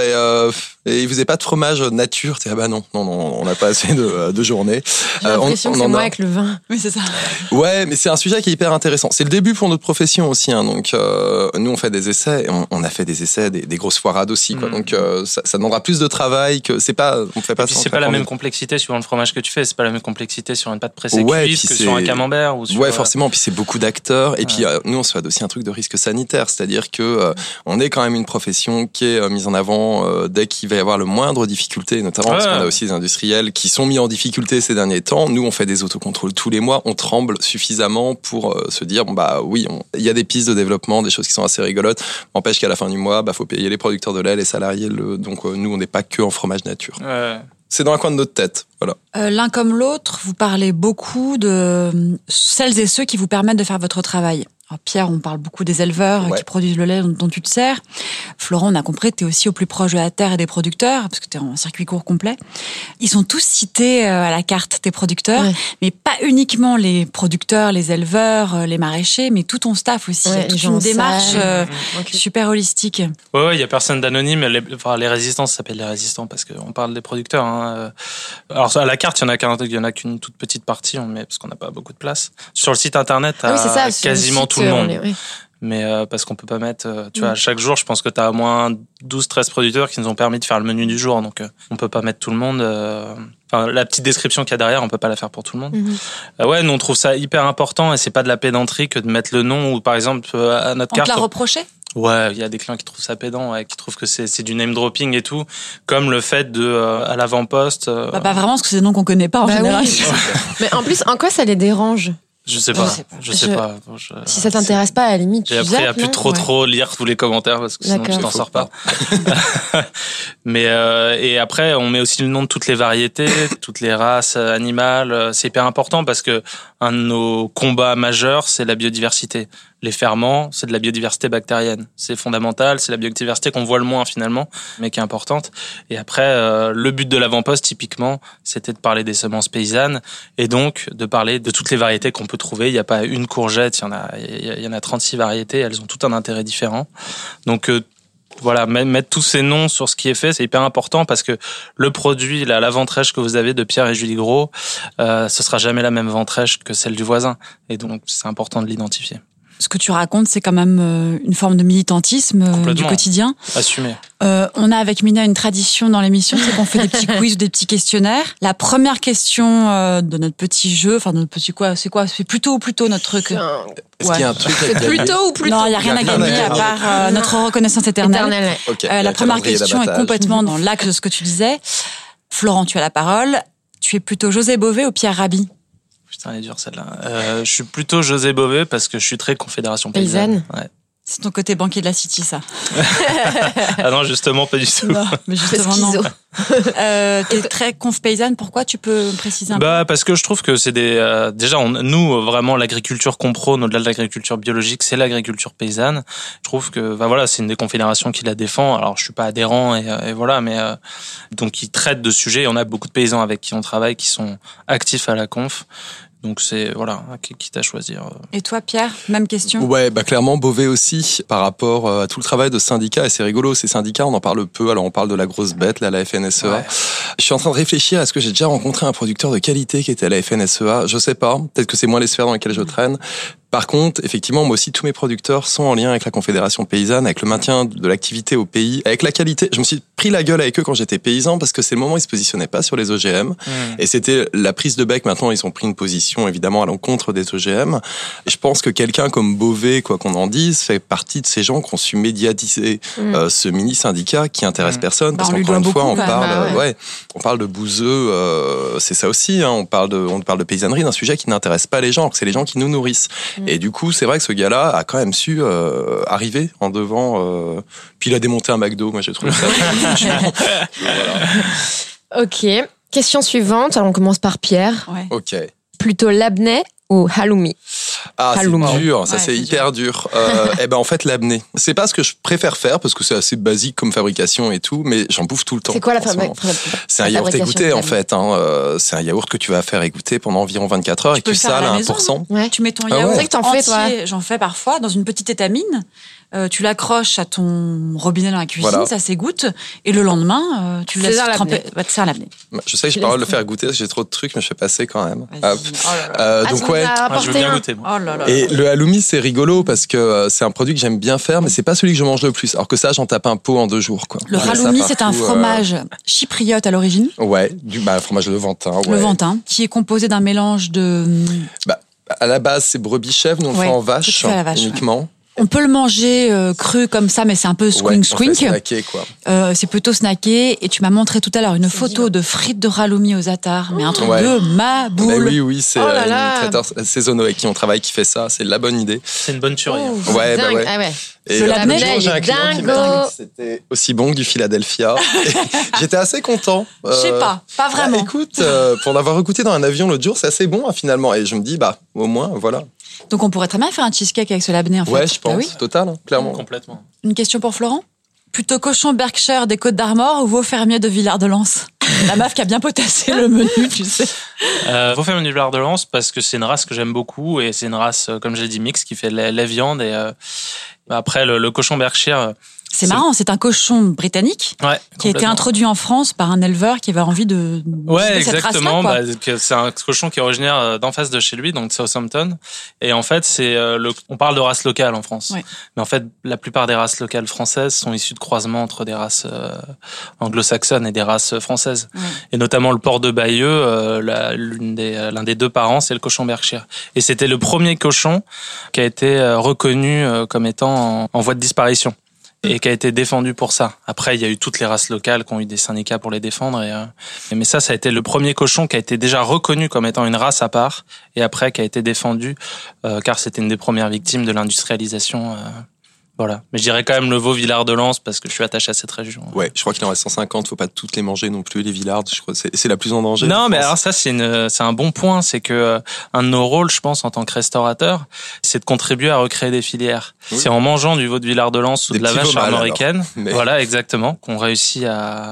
et vous n'avez pas de fromage nature. Non, on n'a pas assez de journées. J'ai l'impression que c'est moi avec le vin. Oui, c'est ça. Ouais, mais c'est un sujet qui est hyper intéressant. C'est le début pour notre profession aussi. Donc, nous, on fait des essais. On a fait des essais, des grosses foirades aussi. Quoi. Donc, ça demandera plus de travail que c'est pas. On fait pas. Et puis, c'est pas la même complexité suivant le fromage que tu fais. C'est pas la même complexité sur une pâte pressée cuite que sur un camembert ou sur. Ouais, forcément. Puis c'est beaucoup d'acteurs. Et puis nous, on se fait aussi un truc de risque sanitaire, c'est-à-dire que on est quand même une profession qui est mise en avant dès qu'il va y avoir le moindre difficulté, notamment parce qu'on a aussi des industriels qui sont mis en difficulté ces derniers temps. Nous, on fait des autocontrôles tous les mois, on tremble suffisamment pour se dire il y a des pistes de développement, des choses qui sont assez rigolotes. N'empêche qu'à la fin du mois, faut payer les producteurs de lait, les salariés. Donc nous, on n'est pas que en fromage nature. C'est dans un coin de notre tête, voilà. L'un comme l'autre, vous parlez beaucoup de celles et ceux qui vous permettent de faire votre travail. Alors Pierre, on parle beaucoup des éleveurs qui produisent le lait dont tu te sers. Florent, on a compris que tu es aussi au plus proche de la terre et des producteurs, parce que tu es en circuit court complet. Ils sont tous cités à la carte, tes producteurs, mais pas uniquement les producteurs, les éleveurs, les maraîchers, mais tout ton staff aussi. Il y a toute une démarche super holistique. Il n'y a personne d'anonyme. Les résistants, ça s'appelle les résistants, parce qu'on parle des producteurs. Alors à la carte, il y en a qu'une toute petite partie, parce qu'on n'a pas beaucoup de place. Sur le site internet, quasiment tout le monde. Mais parce qu'on peut pas mettre à chaque jour, je pense que tu as au moins 12-13 producteurs qui nous ont permis de faire le menu du jour, donc on peut pas mettre tout le monde. La petite description qu'il y a derrière, on peut pas la faire pour tout le monde. Nous on trouve ça hyper important, et c'est pas de la pédanterie que de mettre le nom, ou par exemple à notre carte. On te l'a reproché ? Ouais, il y a des clients qui trouvent ça pédant, qui trouvent que c'est du name dropping et tout, comme le fait de à l'avant-poste. Pas vraiment, parce que c'est des noms qu'on connaît pas en général. Oui. Mais en plus, en quoi ça les dérange ? Je sais pas. Si ça t'intéresse pas, à la limite, j'ai appris à plus trop lire tous les commentaires, parce que sinon tu t'en sors pas. Mais et après, on met aussi le nom de toutes les variétés, toutes les races animales. C'est hyper important parce que un de nos combats majeurs, c'est la biodiversité. Les ferments, c'est de la biodiversité bactérienne. C'est fondamental, c'est la biodiversité qu'on voit le moins finalement, mais qui est importante. Et après, le but de l'avant-poste, typiquement, c'était de parler des semences paysannes, et donc de parler de toutes les variétés qu'on peut trouver. Il n'y a pas une courgette, il y en a 36 variétés, elles ont tout un intérêt différent. Donc mettre tous ces noms sur ce qui est fait, c'est hyper important, parce que le produit, la ventrèche que vous avez de Pierre et Julie Gros, ce sera jamais la même ventrèche que celle du voisin. Et donc, c'est important de l'identifier. Ce que tu racontes, c'est quand même une forme de militantisme du quotidien. Assumé. On a avec Mina une tradition dans l'émission, c'est qu'on fait des petits quiz ou des petits questionnaires. La première question de notre petit jeu, de notre petit c'est plutôt ou plutôt notre truc. Est-ce qu'il y a un truc à gagner ? Plutôt ou plutôt ? Non, il n'y a rien à gagner à part notre reconnaissance éternelle. La première question est complètement dans l'axe de ce que tu disais. Florent, tu as la parole. Tu es plutôt José Bové ou Pierre Rabhi ? Putain, elle est dure celle-là. Je suis plutôt José Bové, parce que je suis très Confédération Paysanne. Ouais. C'est ton côté banquier de la City, ça. Ah non, justement, pas du tout. Non, mais justement, non. T'es très conf paysanne, pourquoi ? Tu peux me préciser un peu ? Parce que je trouve que c'est nous, vraiment, l'agriculture qu'on prône, au-delà de l'agriculture biologique, c'est l'agriculture paysanne. Je trouve que, c'est une des confédérations qui la défend. Alors, je suis pas adhérent, et voilà, mais, donc, ils traitent de sujets, et on a beaucoup de paysans avec qui on travaille, qui sont actifs à la conf. Donc c'est quitte à choisir. Et toi Pierre, même question ? Ouais, clairement Bové aussi, par rapport à tout le travail de syndicats, et c'est rigolo, ces syndicats, on en parle peu. Alors on parle de la grosse bête, là, la FNSEA. Ouais. Je suis en train de réfléchir, est-ce que j'ai déjà rencontré un producteur de qualité qui était à la FNSEA ? Je sais pas, peut-être que c'est moins les sphères dans lesquelles je traîne. Par contre, effectivement, moi aussi, tous mes producteurs sont en lien avec la Confédération Paysanne, avec le maintien de l'activité au pays, avec la qualité. Je me suis pris la gueule avec eux quand j'étais paysan, parce que c'est le moment où ils se positionnaient pas sur les OGM. Et c'était la prise de bec. Maintenant, ils ont pris une position, évidemment, à l'encontre des OGM. Et je pense que quelqu'un comme Bové, quoi qu'on en dise, fait partie de ces gens qui ont su médiatiser ce mini-syndicat qui intéresse personne. Parce qu'encore une fois, on parle de bouseux, c'est ça aussi, hein. On parle de paysannerie, d'un sujet qui n'intéresse pas les gens, alors que c'est les gens qui nous nourrissent. Et du coup, c'est vrai que ce gars-là a quand même su arriver en devant. Puis il a démonté un McDo. Moi, j'ai trouvé ça. Voilà. Ok. Question suivante. Alors, on commence par Pierre. Ouais. Ok. Plutôt l'apnée ou halloumi? Ah, Halloumi. c'est dur, ça Ouais, c'est c'est hyper dur. Eh ben en fait l'apnée, c'est pas ce que je préfère faire parce que c'est assez basique comme fabrication et tout, mais j'en bouffe tout le temps. C'est quoi la en ce moment. C'est un yaourt fabrication égoutté de en l'apnée? fait. C'est un yaourt que tu vas faire égoutter pendant environ 24 heures et peux que tu le faire à sales la à maison, 1%. Ouais. Tu mets ton Ah ouais. yaourt C'est vrai que t'en fais, toi. entier, j'en fais parfois, dans une petite étamine. Tu l'accroches à ton robinet dans la cuisine, Voilà. ça s'égoutte. Et le lendemain, tu le C'est laisses dans l'apnée. tremper. Va te faire l'apnée. Je sais que j'ai pas le droit de le faire goûter parce que j'ai trop de trucs, mais je fais passer quand même. Vas-y. Hop. Oh là là. Ah, Donc tu ouais. nous as Moi, je veux apporté bien un. goûter, moi. Oh là là. Et le halloumi, c'est rigolo parce que c'est un produit que j'aime bien faire, mais c'est pas celui que je mange le plus. Alors que ça, j'en tape un pot en 2 jours, quoi. Le Je mets ça halloumi, c'est un partout, fromage chypriote à l'origine, Ouais, du fromage levantin. Ouais. levantin, qui est composé d'un mélange de... À la base, c'est brebis chèvre, nous on le Ouais, fait en tout vache, fait à la vache, uniquement. On peut le manger cru comme ça, mais c'est un peu Ouais, squink on fait squink. snacker, quoi. C'est plutôt snacké. Et tu m'as montré tout à l'heure une photo de frites de halloumi aux attards, mais un truc Ouais. de ma Mais boule. oui, c'est Oh là là. une traiteur saisonneau avec qui on travaille qui fait ça. C'est la bonne idée. C'est une bonne tuerie. hein. Oh, Ouais, bah dingue. ouais. Ah ouais. Et Ce labné, l'autre jour, il j'ai est un client qui dingo. m'a dit que c'était aussi bon que du Philadelphia. Et j'étais assez content. Je sais pas vraiment. Bah, écoute, pour l'avoir écouté dans un avion l'autre jour, c'est assez bon hein, finalement. Et je me dis, au moins, voilà. Donc on pourrait très bien faire un cheesecake avec ce labné en fait. Ouais, je pense, Ah oui. total, hein, clairement. Complètement. Une question pour Florent. Plutôt cochon Berkshire des Côtes d'Armor ou veau fermier de Villard-de-Lans? La meuf qui a bien potassé le menu, tu sais. Faut faire une Villard-de-Lans parce que c'est une race que j'aime beaucoup et c'est une race, comme j'ai dit, mixte qui fait la viande. Et après, le cochon Berkshire. C'est marrant, c'est un cochon britannique Ouais, qui a été complètement. introduit en France par un éleveur qui avait envie de Ouais, cette exactement. race-là, quoi. Que c'est un cochon qui est originaire d'en face de chez lui, donc de Southampton. Et en fait, on parle de race locale en France. Ouais. Mais en fait, la plupart des races locales françaises sont issues de croisements entre des races anglo-saxonnes et des races françaises. Ouais. Et notamment le port de Bayeux, l'un des 2 parents, c'est le cochon Berkshire. Et c'était le premier cochon qui a été reconnu comme étant en voie de disparition. Et qui a été défendu pour ça. Après, il y a eu toutes les races locales qui ont eu des syndicats pour les défendre. Mais ça a été le premier cochon qui a été déjà reconnu comme étant une race à part, et après qui a été défendu, car c'était une des premières victimes de l'industrialisation. Voilà. Mais je dirais quand même le veau Villard-de-Lans parce que je suis attaché à cette région. Ouais, je crois qu'il en reste 150, faut pas toutes les manger non plus, les Villards. Je crois que c'est la plus en danger. Non, je mais pense. alors ça, c'est un bon point. C'est que un de nos rôles, je pense, en tant que restaurateur, c'est de contribuer à recréer des filières. Oui. C'est en mangeant du veau de Villard-de-Lans ou Des de la petits vache veaux mâles, armoricaine, alors. Mais- voilà, exactement, qu'on réussit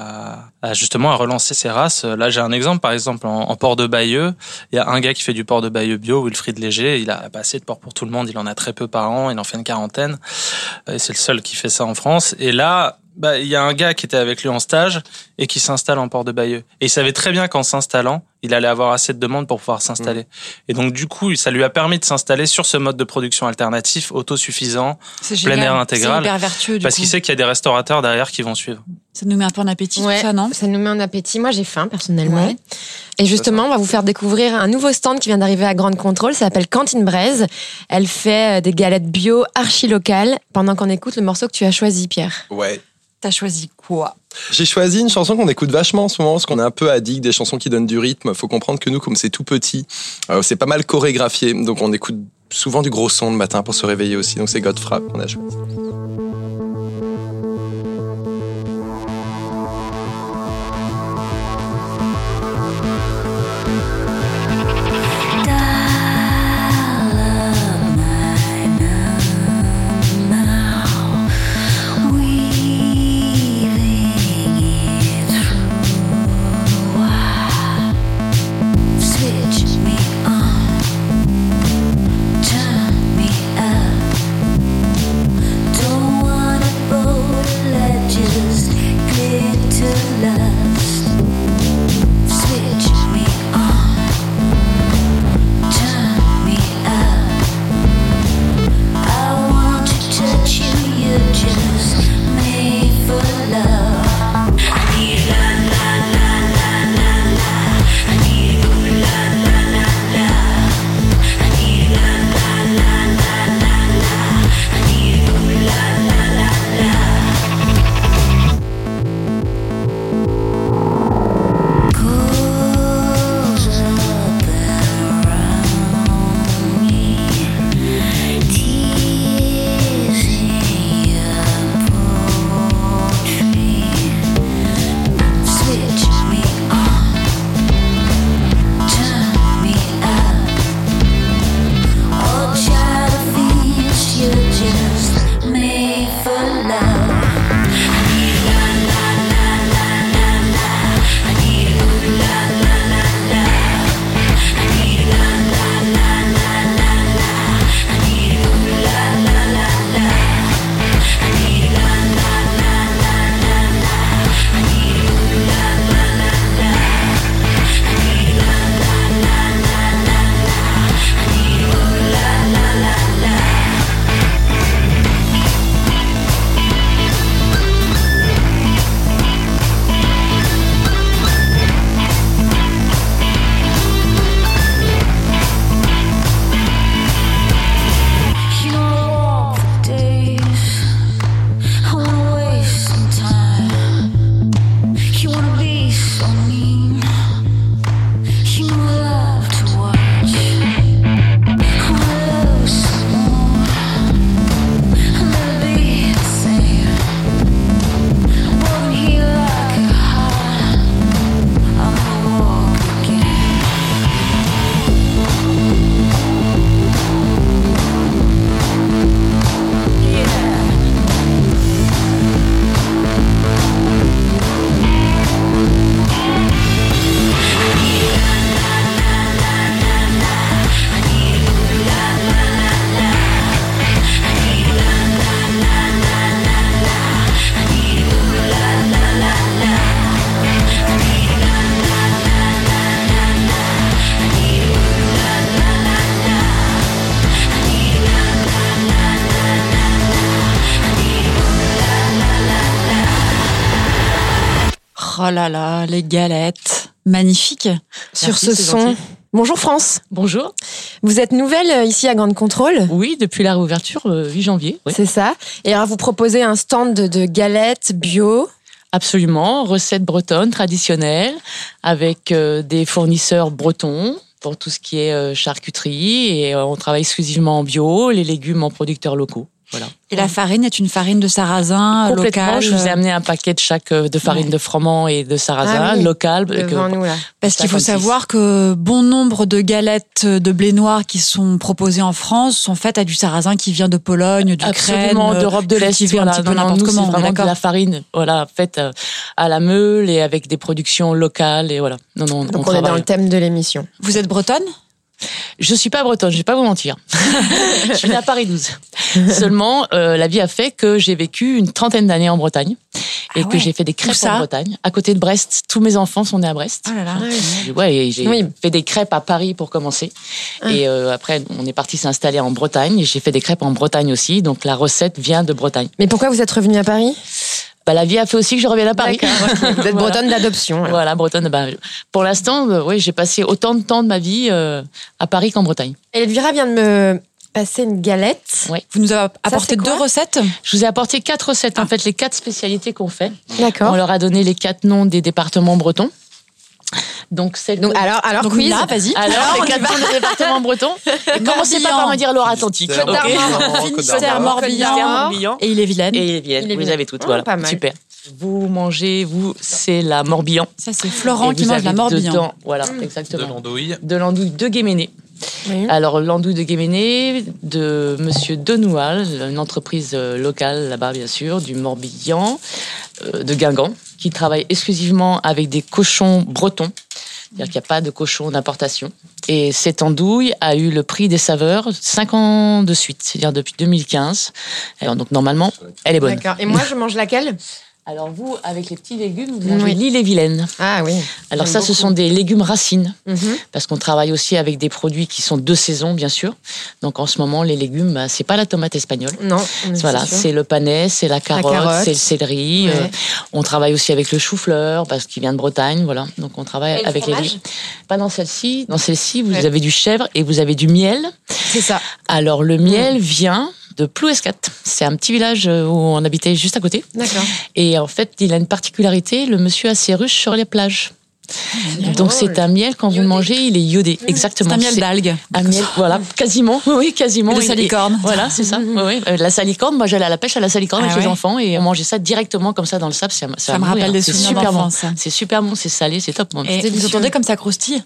à justement à relancer ces races. Là, j'ai un exemple, par exemple, en port de Bayeux, il y a un gars qui fait du port de Bayeux bio, Wilfried Léger. Il a pas assez de porc pour tout le monde. Il en a très peu par an. Il en fait une 40aine. Et c'est le seul qui fait ça en France. Et là, il y a un gars qui était avec lui en stage et qui s'installe en port de Bayeux. Et il savait très bien qu'en s'installant, il allait avoir assez de demandes pour pouvoir s'installer. Et donc, du coup, ça lui a permis de s'installer sur ce mode de production alternatif, autosuffisant, C'est plein génial. air intégral. C'est hyper vertueux, du parce coup. qu'il sait qu'il y a des restaurateurs derrière qui vont suivre. Ça nous met un peu en appétit, Ouais, tout ça, non? ça nous met en appétit. Moi, j'ai faim, personnellement. Ouais. Et justement, on va vous faire découvrir un nouveau stand qui vient d'arriver à Grande Contrôle. Ça s'appelle Cantine Braise. Elle fait des galettes bio archi-locales. Pendant qu'on écoute le morceau que tu as choisi, Pierre. Ouais. T'as choisi quoi? J'ai choisi une chanson qu'on écoute vachement en ce moment, parce qu'on est un peu addict des chansons qui donnent du rythme. Faut comprendre que nous, comme c'est tout petit, c'est pas mal chorégraphié. Donc on écoute souvent du gros son le matin pour se réveiller aussi. Donc c'est Godfrey qu'on a choisi. Turn me up. Oh là là, les galettes. Magnifique. Sur Merci, ce c'est son. gentil. Bonjour France. Bonjour. Vous êtes nouvelle ici à Grande Contrôle. Oui, depuis la réouverture, 8 janvier. Oui. C'est ça. Et alors vous proposez un stand de galettes bio. Absolument, recettes bretonnes traditionnelles avec des fournisseurs bretons pour tout ce qui est charcuterie et on travaille exclusivement en bio, les légumes en producteurs locaux. Voilà. Et la farine est une farine de sarrasin Complètement, locale. je vous ai amené un paquet de chaque de farine de froment et de sarrasin Ah oui, local. Devant nous là. Parce qu'il faut savoir que bon nombre de galettes de blé noir qui sont proposées en France sont faites à du sarrasin qui vient de Pologne, d'Ukraine, absolument d'Europe de l'Est. cultivé un petit peu Non, n'importe nous, comment. c'est On est vraiment de d'accord. la farine, voilà, faite à la meule et avec des productions locales et voilà. Non, Donc on est travaille. dans le thème de l'émission. Vous êtes bretonne ? Je suis pas bretonne, je vais pas vous mentir. Je suis née à Paris 12. Seulement, la vie a fait que j'ai vécu une 30aine d'années en Bretagne et que j'ai fait des crêpes ça en Bretagne, à côté de Brest. Tous mes enfants sont nés à Brest. Oh là là. Ouais, et j'ai Oui. fait des crêpes à Paris pour commencer. Et après, on est parti s'installer en Bretagne. Et j'ai fait des crêpes en Bretagne aussi. Donc la recette vient de Bretagne. Mais pourquoi vous êtes revenue à Paris? Bah, la vie a fait aussi que je revienne à Paris. Vous êtes Voilà. bretonne d'adoption. alors. Voilà, bretonne. Bah, pour l'instant, oui, j'ai passé autant de temps de ma vie à Paris qu'en Bretagne. Et Elvira vient de me passer une galette. Ouais. Vous nous avez c'est apporté quoi 2 recettes. Je vous ai apporté 4 recettes, en fait, les 4 spécialités qu'on fait. D'accord. On leur a donné les 4 noms des départements bretons. Donc, Alors Donc quiz. là, vas-y. alors on les y 4 va. noms des départements bretons. Et commencez pas par me dire Loire-Atlantique. Finistère, ok Morbihan, Finistère, Côte d'Armor. Morbihan Morbihan. et Ille-et-Vilaine. Et les Viennes, vous les avez toutes, voilà. pas mal. Super. Vous mangez, c'est la Morbihan. Ça, c'est Florent Et qui vous mange la avez Morbihan. dedans, voilà, De exactement. l'andouille. De l'andouille de Guéméné. Oui. Alors, l'andouille de Guéméné, de Monsieur Denoual, une entreprise locale là-bas, bien sûr, du Morbihan, de Guingamp, qui travaille exclusivement avec des cochons bretons. C'est-à-dire qu'il n'y a pas de cochon d'importation. Et cette andouille a eu le prix des saveurs 5 ans de suite, c'est-à-dire depuis 2015. Alors, donc, normalement, elle est bonne. D'accord. Et moi, je mange laquelle? Alors, vous, avec les petits légumes, vous mangez Oui. l'Ille-et-Vilaine. Ah oui. Alors J'aime ça, ce beaucoup. sont des légumes racines, Mhm. parce qu'on travaille aussi avec des produits qui sont de saison, bien sûr. Donc en ce moment, les légumes, bah, c'est pas la tomate espagnole. Non. Voilà, sûr. c'est le panais, c'est la carotte, c'est le céleri. Ouais. On travaille aussi avec le chou-fleur, parce qu'il vient de Bretagne, voilà. Donc on travaille Et le avec les fromage légumes. Pas dans celle-ci. Dans celle-ci, vous Ouais. avez du chèvre et vous avez du miel. C'est ça. Alors le miel vient de Plouescat. C'est un petit village où on habitait juste à côté. D'accord. Et en fait, il a une particularité, le monsieur a ses ruches sur les plages. Donc c'est un miel, quand vous le mangez, il est iodé. Exactement. C'est un miel d'algues. Un miel, voilà, quasiment. Oui, quasiment. Et de Et- salicorne. Voilà, c'est ça. Oui, oui. La salicorne, moi j'allais à la pêche à la salicorne Ah avec les ouais. enfants et on mangeait ça directement comme ça dans le sable. Ça me rappelle des c'est souvenirs super bon. d'enfance, ça. C'est super bon, c'est salé, c'est top. Moi. Et C'est vous délicieux. entendez comme ça croustille.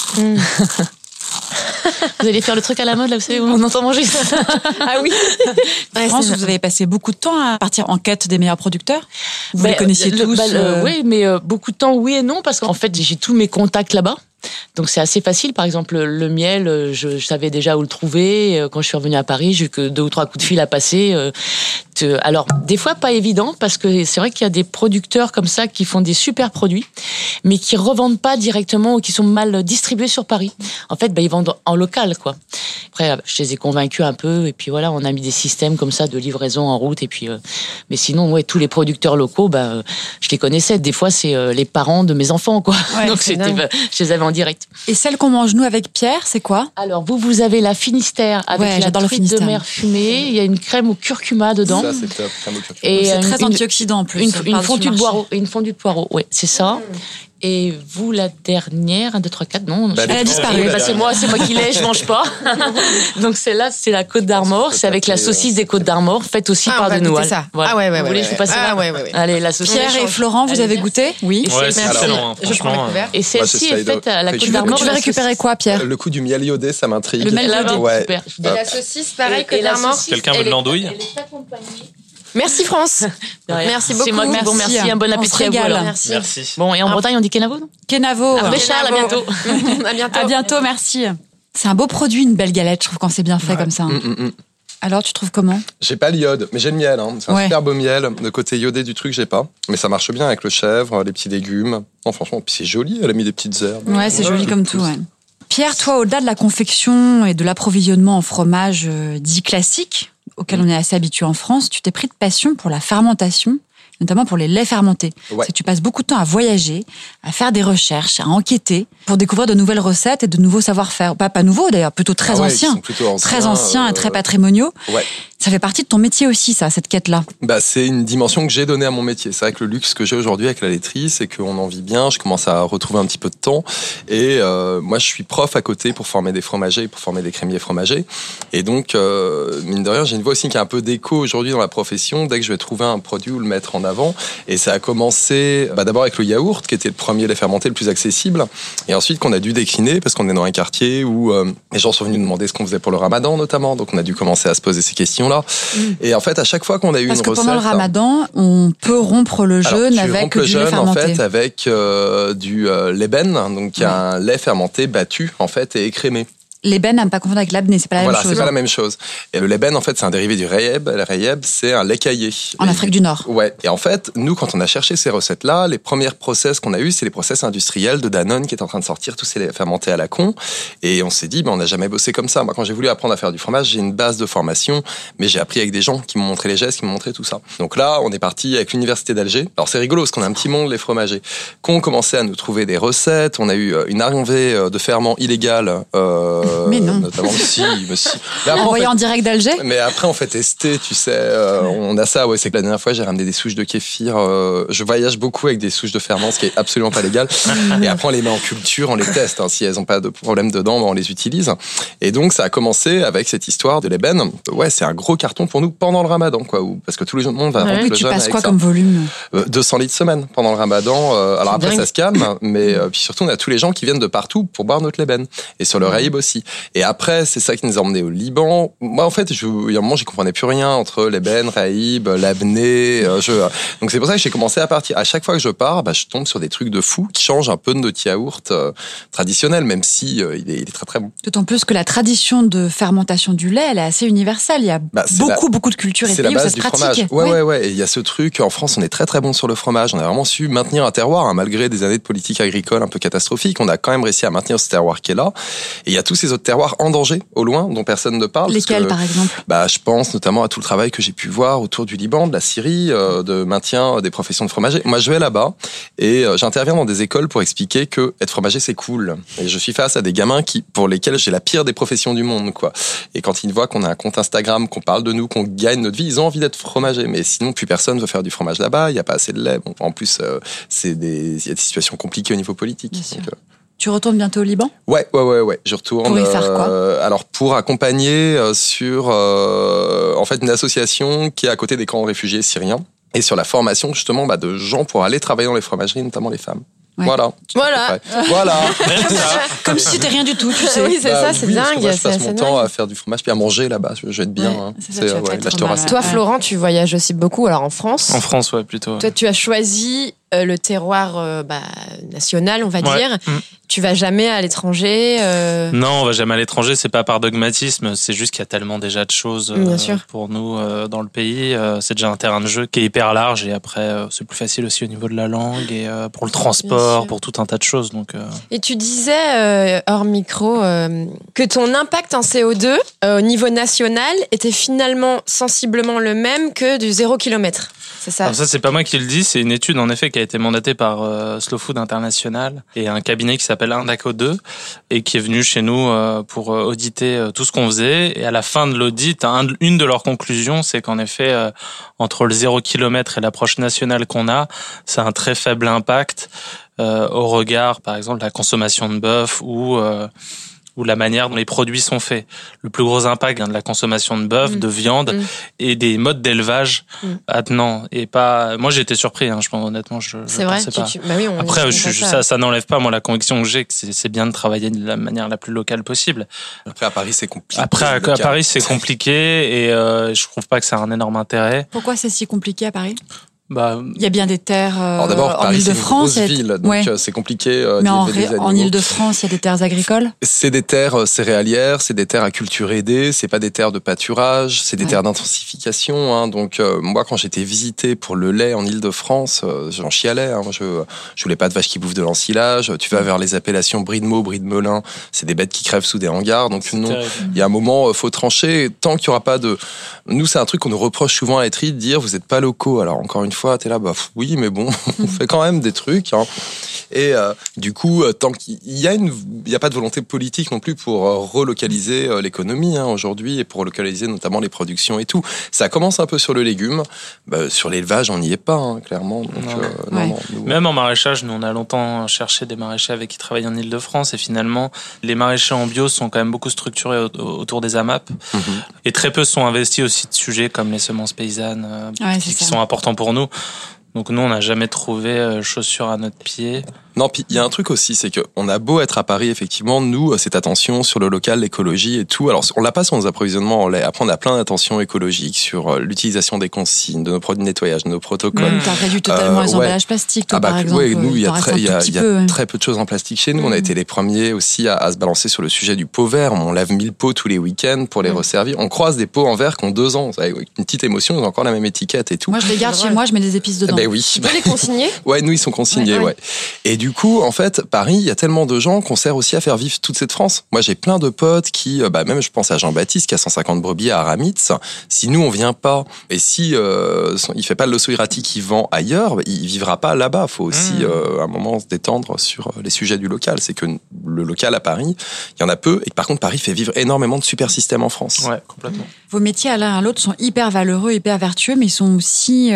Vous allez faire le truc à la mode là, vous savez, où on entend manger ça. Ah oui. Ouais, France, c'est- vous avez passé beaucoup de temps à partir en quête des meilleurs producteurs. Vous les connaissiez tous. Oui, mais beaucoup de temps, oui et non, parce qu'en fait, j'ai tous mes contacts là-bas. Donc c'est assez facile. Par exemple, le miel, je savais déjà où le trouver. Quand je suis revenue à Paris, j'ai eu que 2 ou 3 coups de fil à passer. Alors, des fois, pas évident, parce que c'est vrai qu'il y a des producteurs comme ça qui font des super produits, mais qui revendent pas directement ou qui sont mal distribués sur Paris. En fait, ils vendent en local, quoi. Après, je les ai convaincus un peu, et puis voilà, on a mis des systèmes comme ça de livraison en route, et puis, mais sinon, ouais, tous les producteurs locaux, je les connaissais. Des fois, c'est les parents de mes enfants, quoi. Ouais, Donc c'est c'était, dingue. je les avais en direct. Et celle qu'on mange nous avec Pierre, c'est quoi? Alors, vous avez la Finistère avec Ouais, la j'adore le truite de Finistère. mer fumée. Il y a une crème au curcuma dedans. Ça, c'est top. Crème au curcuma. Et C'est très une- antioxydant en plus. Une par-dessus fondue le de marché. poireau. Une fondue de poireau, ouais, c'est ça. Et vous, la dernière, 1, 2, 3, 4, non. Bah, Elle a disparu. C'est moi qui l'ai, je mange pas. Donc celle-là, c'est la Côte d'Armor. C'est avec la saucisse des Côtes d'Armor, faite aussi Ah, on par va de Noual. goûter ça. Voilà. Ah ouais, Vous voulez, je vous passe Ah là ouais, ouais, ouais. Allez, la saucisse. Pierre et Florent, vous Allez, avez viens. goûté? Oui. Et Ouais, c'est c'est excellent, hein, Je prends le franchement. couvert. Et celle-ci Moi, est c'est faite à la Slido. Côte Tu veux- d'Armor. Tu veux récupérer quoi, Pierre? Le coup du miel iodé, ça m'intrigue. Le miel iodé. Ouais. Super. Et la saucisse, pareil, que Et la d'Armor. saucisse, Quelqu'un veut elle de est- l'andouille elle est accompagnée. Merci France. De rien. Merci beaucoup. C'est moi qui vous remercie. Un bon On se appétit à vous. régale. alors. Merci. Merci. Bon, et en Bretagne, on dit Kenavo, non? Kenavo. Charles, à bientôt. À bientôt. À bientôt, merci. C'est un beau produit, une belle galette, je trouve, quand c'est bien fait comme ça. Alors, tu trouves comment? J'ai pas l'iode, mais j'ai le miel. Hein. C'est un Ouais. super beau miel. Le côté iodé du truc, j'ai pas. Mais ça marche bien avec le chèvre, les petits légumes. Non, franchement, puis c'est joli, elle a mis des petites herbes. Ouais, c'est joli comme tout, ouais. Pierre, toi, au-delà de la confection et de l'approvisionnement en fromage dit classique, auquel on est assez habitué en France, tu t'es pris de passion pour la fermentation, notamment pour les laits fermentés. Ouais. C'est que tu passes beaucoup de temps à voyager, à faire des recherches, à enquêter pour découvrir de nouvelles recettes et de nouveaux savoir-faire. Pas nouveaux d'ailleurs, plutôt très anciens. Très anciens et très patrimoniaux. Ouais. Ça fait partie de ton métier aussi, ça, cette quête-là. C'est une dimension que j'ai donnée à mon métier. C'est vrai que le luxe que j'ai aujourd'hui avec la laiterie, c'est qu'on en vit bien. Je commence à retrouver un petit peu de temps. Et moi, je suis prof à côté pour former des fromagers, pour former des crémiers fromagers. Et donc, mine de rien, j'ai une voix aussi qui a un peu d'écho aujourd'hui dans la profession. Dès que je vais trouver un produit ou le mettre en avant. Et ça a commencé d'abord avec le yaourt, qui était le premier lait fermenté le plus accessible. Et ensuite, qu'on a dû décliner parce qu'on est dans un quartier où les gens sont venus nous demander ce qu'on faisait pour le ramadan, notamment. Donc, on a dû commencer à se poser ces questions-là. Et en fait, à chaque fois qu'on a eu une recette... Parce que pendant le ramadan, on peut rompre le jeûne avec du lait fermenté. En fait, avec du leben, donc qui est un lait fermenté battu, en fait, et écrémé. L'ébène, à ne pas confondre avec l'abné, c'est pas la même chose. Voilà, c'est pas la même chose. Et le leben, en fait, c'est un dérivé du rayeb. Le rayeb, c'est un lait caillé. En Afrique du Nord. Ouais. Et en fait, nous, quand on a cherché ces recettes-là, les premières process qu'on a eues, c'est les process industriels de Danone qui est en train de sortir tous ces laits fermentés à la con. Et on s'est dit, on n'a jamais bossé comme ça. Moi, quand j'ai voulu apprendre à faire du fromage, j'ai une base de formation, mais j'ai appris avec des gens qui m'ont montré les gestes, qui m'ont montré tout ça. Donc là, on est parti avec l'université d'Alger. Alors c'est rigolo parce qu'on a un petit monde, les fromagers, qui ont commencé à nous trouver des recettes. On a eu une arrivée de ferment illégal. Mais non. Notamment Si. Envoyé en direct d'Alger. Mais après, on fait tester, tu sais. On a ça, c'est que la dernière fois, j'ai ramené des souches de kéfir. Je voyage beaucoup avec des souches de ferment, ce qui est absolument pas légal. Et après, on les met en culture, on les teste. Si elles ont pas de problème dedans, on les utilise. Et donc, ça a commencé avec cette histoire de l'ébène. Ouais, c'est un gros carton pour nous pendant le ramadan, quoi. Parce que tout le monde va rompre le jeûne. Tu passes quoi comme volume 200 litres semaine pendant le ramadan. Alors après, ça se calme. Mais puis surtout, on a tous les gens qui viennent de partout pour boire notre lébène. Et sur le raïb aussi. Et après, c'est ça qui nous a emmenés au Liban. Moi, en fait, il y a un moment, j'y comprenais plus rien entre l'ébène, raïb, l'abné. Donc c'est pour ça que j'ai commencé à partir. À chaque fois que je pars, je tombe sur des trucs de fou qui changent un peu de notre yaourt traditionnel, même si il est très très bon. D'autant plus que la tradition de fermentation du lait, elle est assez universelle. Il y a beaucoup de cultures et de pays où ça se pratique. Ouais. Et il y a ce truc. En France, on est très très bon sur le fromage. On a vraiment su maintenir un terroir, malgré des années de politique agricole un peu catastrophique. On a quand même réussi à maintenir ce terroir qui est là. Et il y a tous ces autres terroirs en danger, au loin, dont personne ne parle. Lesquels, par exemple ? Je pense notamment à tout le travail que j'ai pu voir autour du Liban, de la Syrie, de maintien des professions de fromager. Moi, je vais là-bas et j'interviens dans des écoles pour expliquer que être fromager, c'est cool. Et je suis face à des gamins pour lesquels j'ai la pire des professions du monde, quoi. Et quand ils voient qu'on a un compte Instagram, qu'on parle de nous, qu'on gagne notre vie, ils ont envie d'être fromager. Mais sinon, plus personne veut faire du fromage là-bas. Il n'y a pas assez de lait. Bon, en plus, il y a des situations compliquées au niveau politique. Tu retournes bientôt au Liban ? Ouais. Je retourne. Pour y faire quoi ? Alors pour accompagner sur en fait une association qui est à côté des camps de réfugiés syriens et sur la formation justement de gens pour aller travailler dans les fromageries, notamment les femmes. Ouais. Voilà. Comme si c'était rien du tout, tu sais. Oui, c'est ça, c'est dingue. Moi, je passe mon temps à faire du fromage puis à manger là-bas. Je vais être bien. Toi, Florent, tu voyages aussi beaucoup. Alors en France. En France, ouais, plutôt. Toi, tu as choisi le terroir national, on va dire. Tu vas jamais à l'étranger Non, on va jamais à l'étranger. C'est pas par dogmatisme. C'est juste qu'il y a tellement déjà de choses pour nous dans le pays. C'est déjà un terrain de jeu qui est hyper large. Et après, c'est plus facile aussi au niveau de la langue et pour le transport, pour tout un tas de choses. Donc. Et tu disais hors micro que ton impact en CO2 au niveau national était finalement sensiblement le même que du 0 km. C'est ça. Alors ça, c'est pas moi qui le dis, c'est une étude en effet qui a été mandatée par Slow Food International et un cabinet qui s'appelle Indaco 2 et qui est venu chez nous pour auditer tout ce qu'on faisait. Et à la fin de l'audit, une de leurs conclusions, c'est qu'en effet, entre le 0 km et l'approche nationale qu'on a, ça a un très faible impact au regard, par exemple, de la consommation de bœuf ou la manière dont les produits sont faits. Le plus gros impact de la consommation de bœuf, de viande et des modes d'élevage attenants. Et pas. Moi, j'ai été surpris. Je pense honnêtement, je pensais pas. Après, ça n'enlève pas moi la conviction que j'ai que c'est bien de travailler de la manière la plus locale possible. Après, à Paris, c'est compliqué. À Paris, c'est compliqué et je trouve pas que ça a un énorme intérêt. Pourquoi c'est si compliqué à Paris ? Il y a bien des terres en C'est Île-de-France. une grosse ville, donc c'est compliqué. Mais en Île-de-France, il y a des terres agricoles. C'est des terres céréalières, c'est des terres à culture aidée, c'est pas des terres de pâturage, c'est des terres d'intensification. Donc moi, quand j'étais visité pour le lait en Île-de-France, j'en chialais. Je voulais pas de vaches qui bouffent de l'ensilage. Tu vas vers les appellations Brie de Meaux, Brie de Melun, c'est des bêtes qui crèvent sous des hangars. Donc non, il y a un moment, faut trancher. Tant qu'il y aura pas de, nous, c'est un truc qu'on nous reproche souvent à la laiterie de dire vous êtes pas locaux. Alors encore une fois. fois, t'es là, oui, mais bon, on fait quand même des trucs. Hein. Et du coup, tant qu'il y a pas de volonté politique non plus pour relocaliser l'économie aujourd'hui et pour relocaliser notamment les productions et tout. Ça commence un peu sur le légume, sur l'élevage, on n'y est pas clairement. Donc, non, même en maraîchage, nous on a longtemps cherché des maraîchers avec qui travaillent en Île-de-France et finalement les maraîchers en bio sont quand même beaucoup structurés autour des AMAP et très peu sont investis aussi de sujets comme les semences paysannes qui sont importants pour nous. Donc nous, on n'a jamais trouvé chaussures à notre pied. Non, puis il y a un truc aussi, c'est que on a beau être à Paris, effectivement, nous, cette attention sur le local, l'écologie et tout. Alors, on l'a pas sur nos approvisionnements en lait. Après, on a plein d'attentions écologiques sur l'utilisation des consignes, de nos produits de nettoyage, de nos protocoles. T'as réduit totalement les emballages plastiques, toi, par exemple. Oui, nous, il y a très peu de choses en plastique chez nous. On a été les premiers aussi à se balancer sur le sujet du pot vert. On lave 1000 pots tous les week-ends pour les resservir. On croise des pots en verre qui ont 2 ans. Avec une petite émotion, ils ont encore la même étiquette et tout. Moi, je les garde chez moi, je mets des épices dedans. Ben oui. Tu peux les consigner ? Ouais, nous, ils sont consignés, ouais. Et du coup, en fait, Paris, il y a tellement de gens qu'on sert aussi à faire vivre toute cette France. Moi, j'ai plein de potes qui, même je pense à Jean-Baptiste qui a 150 brebis à Aramitz. Si nous, on vient pas, et si il fait pas le Losso Irati qui vend ailleurs, il vivra pas là-bas. Faut aussi, à un moment, se détendre sur les sujets du local. C'est que le local à Paris, il y en a peu, et par contre, Paris fait vivre énormément de super systèmes en France. Ouais, complètement. Vos métiers, à l'un à l'autre, sont hyper valeureux, hyper vertueux, mais ils sont aussi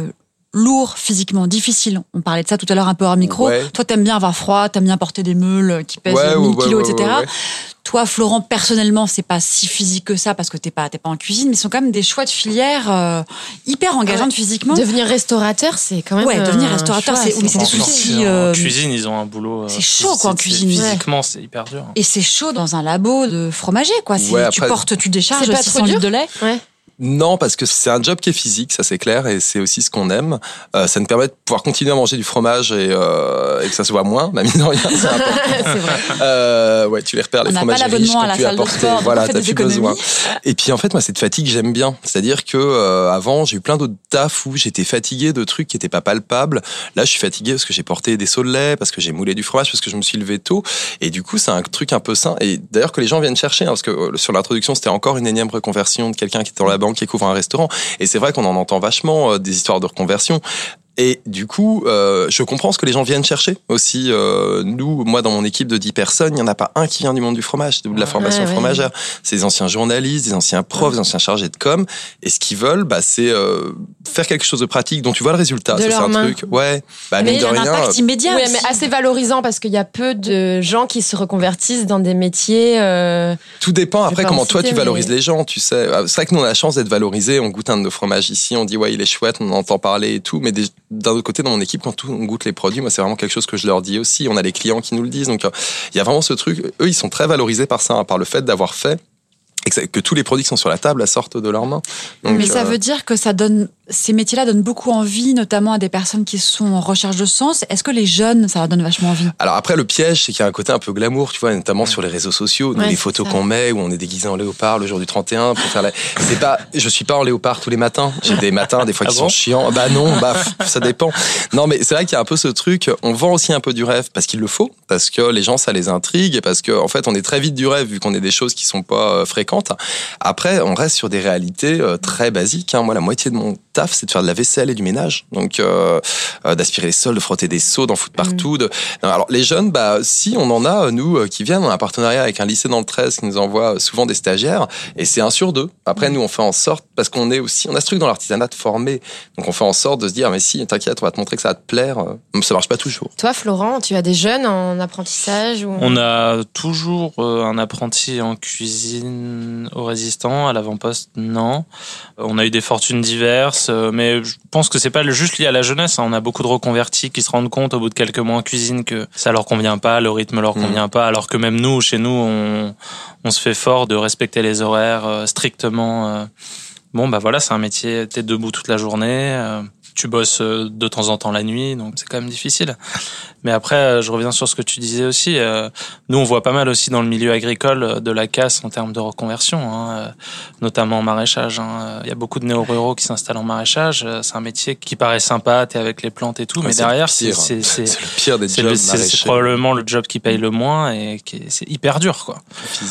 lourd physiquement, difficile. On parlait de ça tout à l'heure un peu hors micro. Ouais. Toi, t'aimes bien avoir froid, t'aimes bien porter des meules qui pèsent 1000 kilos, etc. Ouais. Toi, Florent, personnellement, c'est pas si physique que ça parce que t'es pas en cuisine, mais ce sont quand même des choix de filière hyper engageantes physiquement. Devenir restaurateur, c'est quand même. Ouais, devenir restaurateur, c'est des soucis. En cuisine, ils ont un boulot. C'est chaud, quoi, en cuisine. Physiquement, c'est hyper dur. Et c'est chaud dans un labo de fromager, quoi. Ouais, tu décharges 600 litres de lait. Ouais. Non, parce que c'est un job qui est physique, ça c'est clair, et c'est aussi ce qu'on aime. Ça nous permet de pouvoir continuer à manger du fromage et que ça se voit moins, mine de rien, c'est important. C'est vrai. Ouais, tu les repères, les on fromages n'a pas l'abonnement à la salle de sport, voilà, t'as plus besoin. Et puis en fait, moi, cette fatigue, j'aime bien. C'est-à-dire que avant, j'ai eu plein d'autres tafs où j'étais fatigué de trucs qui étaient pas palpables. Là, je suis fatigué parce que j'ai porté des seaux de lait, parce que j'ai moulé du fromage, parce que je me suis levé tôt. Et du coup, c'est un truc un peu sain. Et d'ailleurs, que les gens viennent chercher, parce que sur l'introduction, c'était encore une énième reconversion de quelqu'un qui était dans la banque qui couvre un restaurant. Et c'est vrai qu'on en entend vachement des histoires de reconversion. Et du coup, je comprends ce que les gens viennent chercher aussi. Moi, dans mon équipe de 10 personnes, il n'y en a pas un qui vient du monde du fromage, de la formation fromagère. C'est des anciens journalistes, des anciens profs, des anciens chargés de com. Et ce qu'ils veulent, c'est faire quelque chose de pratique dont tu vois le résultat. C'est un truc. Ouais. Mais il y a un impact immédiat. Oui, mais assez valorisant parce qu'il y a peu de gens qui se reconvertissent dans des métiers. Tout dépend après comment toi tu valorises les gens. Tu sais, c'est vrai que nous on a la chance d'être valorisés. On goûte un de nos fromages ici, on dit ouais il est chouette, on en entend parler et tout, mais d'un autre côté, dans mon équipe, quand on goûte les produits, moi, c'est vraiment quelque chose que je leur dis aussi. On a les clients qui nous le disent. Donc, il y a vraiment ce truc. Eux, ils sont très valorisés par ça, par le fait d'avoir fait et que tous les produits qui sont sur la table sortent de leurs mains. Donc, mais ça veut dire que ces métiers-là donnent beaucoup envie, notamment à des personnes qui sont en recherche de sens. Est-ce que les jeunes, ça leur donne vachement envie ? Alors après, le piège, c'est qu'il y a un côté un peu glamour, tu vois, notamment sur les réseaux sociaux, les photos qu'on met où on est déguisé en léopard le jour du 31 pour faire je suis pas en léopard tous les matins. J'ai des matins, des fois qui sont chiants. Bah non, ça dépend. Non, mais c'est vrai qu'il y a un peu ce truc. On vend aussi un peu du rêve parce qu'il le faut, parce que les gens, ça les intrigue et parce que, en fait, on est très vite du rêve vu qu'on est des choses qui sont pas fréquentes. Après, on reste sur des réalités très basiques. Moi, la moitié de mon taf, c'est de faire de la vaisselle et du ménage. Donc, d'aspirer les sols, de frotter des seaux, d'en foutre partout. Alors, les jeunes, si, on en a, nous, qui viennent. On a un partenariat avec un lycée dans le 13 qui nous envoie souvent des stagiaires. Et c'est 1 sur 2. Après, nous, on fait en sorte, parce qu'on a ce truc dans l'artisanat de former. Donc, on fait en sorte de se dire, mais si, t'inquiète, on va te montrer que ça va te plaire. Ça marche pas toujours. Toi, Florent, tu as des jeunes en apprentissage ou... On a toujours un apprenti en cuisine au Résistant, à l'avant-poste, non. On a eu des fortunes diverses, mais je pense que c'est pas juste lié à la jeunesse. On a beaucoup de reconvertis qui se rendent compte au bout de quelques mois en cuisine que ça leur convient pas, le rythme leur convient pas, alors que même nous, chez nous, on se fait fort de respecter les horaires strictement. Voilà, c'est un métier, t'es debout toute la journée. Tu bosses de temps en temps la nuit, donc c'est quand même difficile. Mais après, je reviens sur ce que tu disais aussi. Nous, on voit pas mal aussi dans le milieu agricole de la casse en termes de reconversion, notamment en maraîchage. Il y a beaucoup de néo-ruraux qui s'installent en maraîchage. C'est un métier qui paraît sympa, t'es avec les plantes et tout, mais derrière, c'est le pire des jobs maraîchers. C'est probablement le job qui paye le moins et c'est hyper dur, quoi.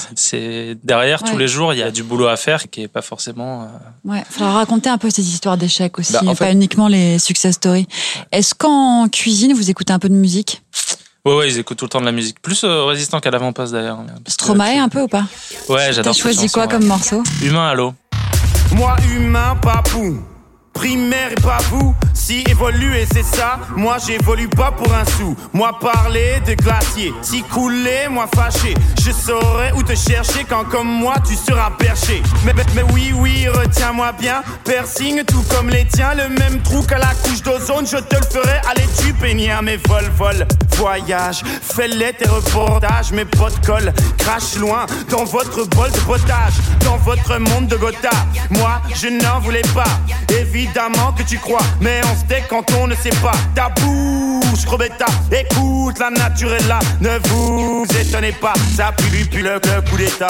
C'est derrière tous les jours, il y a du boulot à faire qui est pas forcément. Ouais, faudra raconter un peu ces histoires d'échecs aussi, pas uniquement les success stories. Est-ce qu'en cuisine, vous écoutez un peu de musique ? Ouais, ils écoutent tout le temps de la musique. Plus Résistant qu'à l'avant-poste d'ailleurs. Stromae un peu ou pas ? Ouais, j'adore. T'as choisi quoi comme morceau ? Humain à l'eau. Moi, humain, papou. Primaire et pas vous, si évoluer c'est ça, moi j'évolue pas pour un sou. Moi parler de glacier, si couler, moi fâché. Je saurais où te chercher quand comme moi tu seras perché. Mais oui, retiens-moi bien, piercing tout comme les tiens. Le même trou qu'à la couche d'ozone, je te le ferai, allez tu pénia. Mais vol, voyage, fais-les tes reportages. Mes potes collent, crache loin dans votre bol de potage. Dans votre monde de Gotha, moi je n'en voulais pas. Évidemment que tu crois, mais on se tait quand on ne sait pas. Ta bouche, gros bêta, écoute, la nature est là. Ne vous étonnez pas, ça pue le coup d'état.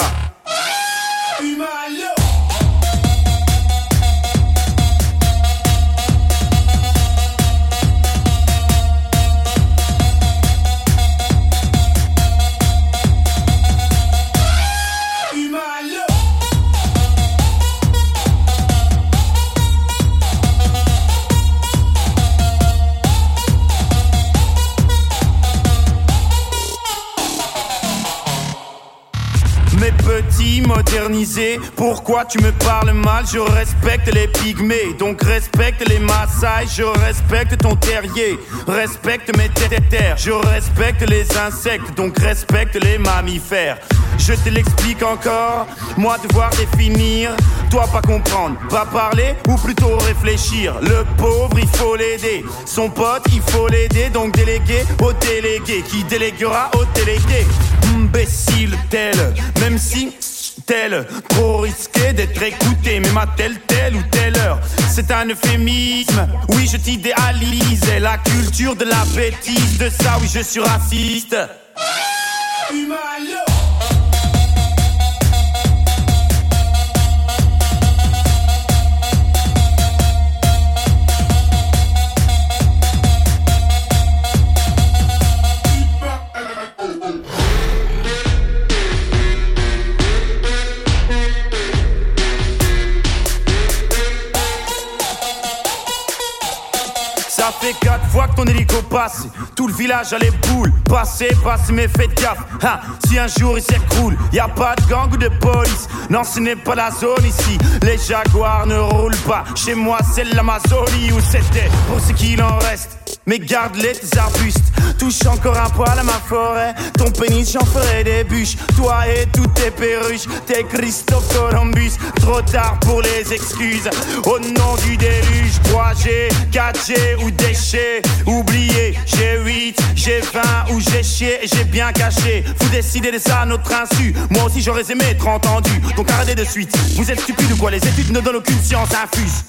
Mes petits modernisés, pourquoi tu me parles mal? Je respecte les pygmées, donc respecte les Maasai. Je respecte ton terrier, respecte mes terres. Je respecte les insectes, donc respecte les mammifères. Je te l'explique encore, moi devoir définir, toi pas comprendre, pas parler ou plutôt réfléchir. Le pauvre il faut l'aider, son pote il faut l'aider, donc déléguer au délégué qui déléguera au délégué. Imbécile tel, même si tel, trop risqué d'être écouté, même à telle ou telle heure. C'est un euphémisme, oui je t'idéalise, la culture de la bêtise, de ça oui je suis raciste. Ça fait 4 fois que ton hélico passe, tout le village a les boules. Passez, mais faites gaffe, hein, si un jour il s'écroule, y a pas de gang ou de police. Non, ce n'est pas la zone ici, les jaguars ne roulent pas. Chez moi c'est l'Amazonie où c'était, pour ce qu'il en reste. Mais garde-les tes arbustes, touche encore un poil à ma forêt. Ton pénis j'en ferai des bûches, toi et toutes tes perruches. T'es Christophe Columbus, trop tard pour les excuses. Au nom du déluge, 3G, 4G ou déchets. Oubliez, j'ai 8, j'ai 20 ou j'ai chié et j'ai bien caché. Vous décidez de ça à notre insu, moi aussi j'aurais aimé être entendu. Donc arrêtez de suite, vous êtes stupides ou quoi? Les études ne donnent aucune science infuse.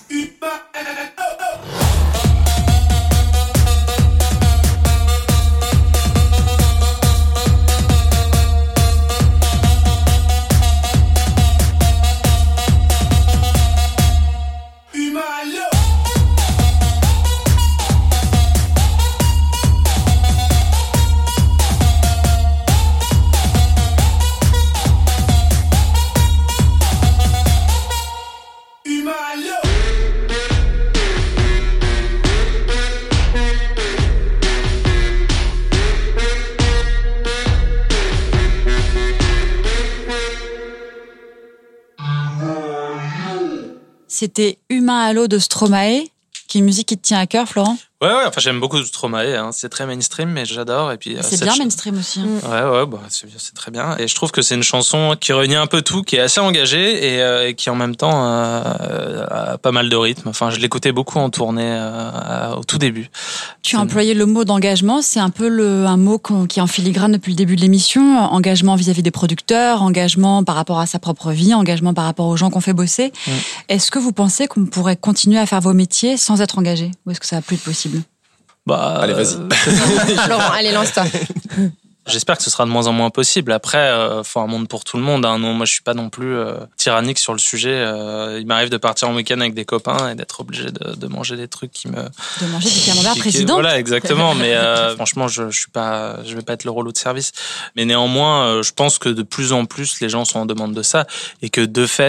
C'était Humain à l'eau de Stromae, qui est une musique qui te tient à cœur, Florent? Ouais, enfin j'aime beaucoup Stromae, hein. C'est très mainstream, mais j'adore. Et puis c'est bien mainstream aussi. Ouais, bah, c'est très bien. Et je trouve que c'est une chanson qui réunit un peu tout, qui est assez engagée et qui en même temps a pas mal de rythme. Enfin, je l'écoutais beaucoup en tournée au tout début. Tu as employé le mot d'engagement, c'est un peu un mot qui est en filigrane depuis le début de l'émission. Engagement vis-à-vis des producteurs, engagement par rapport à sa propre vie, engagement par rapport aux gens qu'on fait bosser. Est-ce que vous pensez qu'on pourrait continuer à faire vos métiers sans être engagé? Ou est-ce que ça va plus être possible? Bah, allez, vas-y. Laurent, allez, lance-toi. J'espère que ce sera de moins en moins possible. Après, faut un monde pour tout le monde. Hein. Non, moi, je suis pas non plus tyrannique sur le sujet. Il m'arrive de partir en week-end avec des copains et d'être obligé de manger des trucs qui me... De manger du camembert président. Voilà, exactement. Mais franchement, je vais pas être le relou de service. Mais néanmoins, je pense que de plus en plus, les gens sont en demande de ça et que de fait,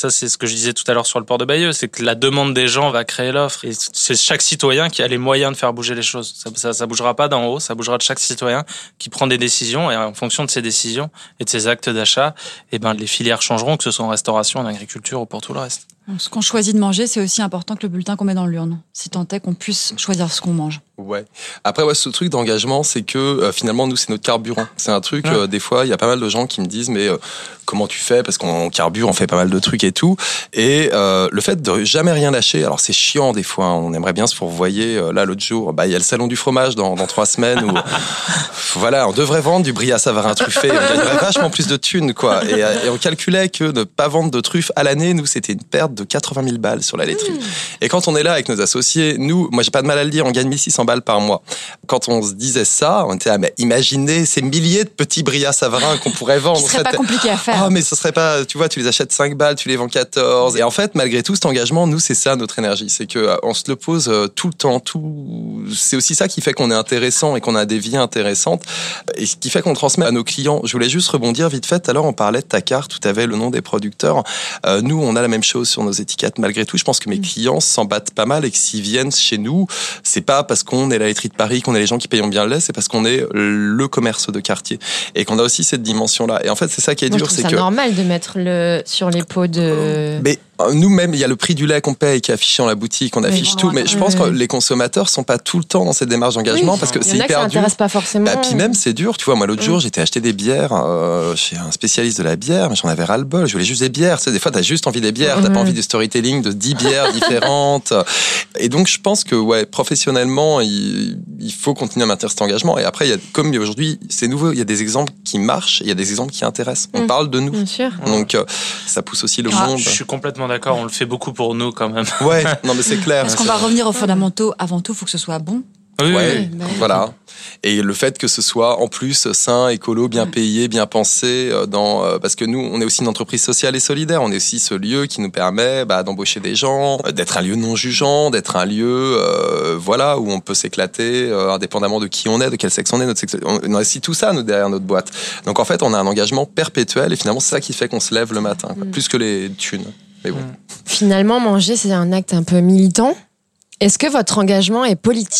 Ça, c'est ce que je disais tout à l'heure sur le port de Bayeux, c'est que la demande des gens va créer l'offre. Et c'est chaque citoyen qui a les moyens de faire bouger les choses. Ça bougera pas d'en haut, ça bougera de chaque citoyen qui prend des décisions. Et en fonction de ces décisions et de ses actes d'achat, les filières changeront, que ce soit en restauration, en agriculture ou pour tout le reste. Ce qu'on choisit de manger, c'est aussi important que le bulletin qu'on met dans l'urne. Si tant est qu'on puisse choisir ce qu'on mange. Ouais. Après, ce truc d'engagement, c'est que finalement, nous, c'est notre carburant. C'est un truc, des fois, il y a pas mal de gens qui me disent, mais comment tu fais ? Parce qu'on carbure, on fait pas mal de trucs et tout. Et le fait de jamais rien lâcher, alors c'est chiant des fois, on aimerait bien se fourvoyer. Là, l'autre jour, il y a le salon du fromage dans 3 semaines où, voilà, on devrait vendre du brie à Savarin truffé. On gagnerait vachement plus de thunes, quoi. Et on calculait que ne pas vendre de truffes à l'année, nous, c'était une perte de 80 000 balles sur la laiterie. Et quand on est là avec nos associés, nous, moi, j'ai pas de mal à le dire, on gagne 1600 balles par mois. Quand on se disait ça, on était mais imaginez ces milliers de petits brie à Savarin qu'on pourrait vendre. Ce serait pas compliqué à faire. Mais ce serait pas, tu vois, tu les achètes 5 balles, tu les vends 14. Et en fait, malgré tout, cet engagement, nous, c'est ça notre énergie. C'est que on se le pose tout le temps. C'est aussi ça qui fait qu'on est intéressant et qu'on a des vies intéressantes. Et ce qui fait qu'on transmet à nos clients. Je voulais juste rebondir vite fait. Alors, on parlait de ta carte où tu avais le nom des producteurs. Nous, on a la même chose sur nos étiquettes. Malgré tout, je pense que mes clients s'en battent pas mal et que s'ils viennent chez nous, c'est pas parce qu'on est la laiterie de Paris, qu'on est les gens qui payent bien le lait, c'est parce qu'on est le commerce de quartier et qu'on a aussi cette dimension-là. Et en fait, c'est ça qui est dur, c'est que c'est normal de mettre sur les pots de. Mais nous-mêmes, il y a le prix du lait qu'on paye qui est affiché dans la boutique, on affiche tout. Mais je pense que les consommateurs sont pas tout le temps dans cette démarche d'engagement parce que c'est hyper dur. Ça intéresse pas forcément. Puis même, c'est dur. Tu vois, moi, l'autre jour, j'étais acheté des bières chez un spécialiste de la bière, mais j'en avais ras-le-bol. Je voulais juste des bières. Tu sais, des fois, t'as juste envie des bières. T'as pas envie du storytelling de 10 bières différentes. Et donc, je pense que, professionnellement, il faut continuer à maintenir cet engagement. Et après, comme aujourd'hui, c'est nouveau, il y a des exemples qui marchent, il y a des exemples qui intéressent. On parle de nous. Bien sûr. Donc, ça pousse aussi le monde. Je suis complètement d'accord, on le fait beaucoup pour nous quand même. Ouais, non mais c'est clair. Parce qu'on va revenir aux fondamentaux. Avant tout, il faut que ce soit bon. Oui. Voilà. Et le fait que ce soit en plus sain, écolo, bien payé, bien pensé, parce que nous, on est aussi une entreprise sociale et solidaire. On est aussi ce lieu qui nous permet d'embaucher des gens, d'être un lieu non jugeant, d'être un lieu, où on peut s'éclater, indépendamment de qui on est, de quel sexe on est, notre sexualité. On a aussi tout ça derrière notre boîte. Donc en fait, on a un engagement perpétuel et finalement, c'est ça qui fait qu'on se lève le matin, plus que les thunes. Mais bon. Finalement, manger, c'est un acte un peu militant. Est-ce que votre engagement est politique ?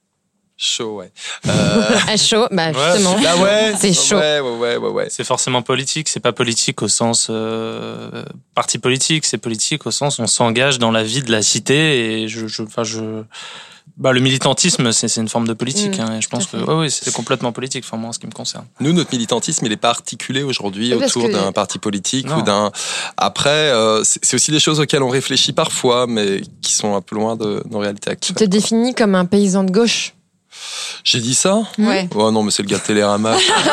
Chaud, ouais. Chaud, justement. C'est chaud. Ouais. C'est forcément politique. C'est pas politique au sens parti politique. C'est politique au sens on s'engage dans la vie de la cité. Et le militantisme, c'est une forme de politique. Et je pense que c'est complètement politique. Enfin, moi, en ce qui me concerne. Nous, notre militantisme, il est pas articulé aujourd'hui autour d'un parti politique ou d'un. Après, c'est aussi des choses auxquelles on réfléchit parfois, mais qui sont un peu loin de nos réalités actuelles. Tu te définis comme un paysan de gauche ? J'ai dit ça ? Ouais. Oh non, mais c'est le gars de Télérama.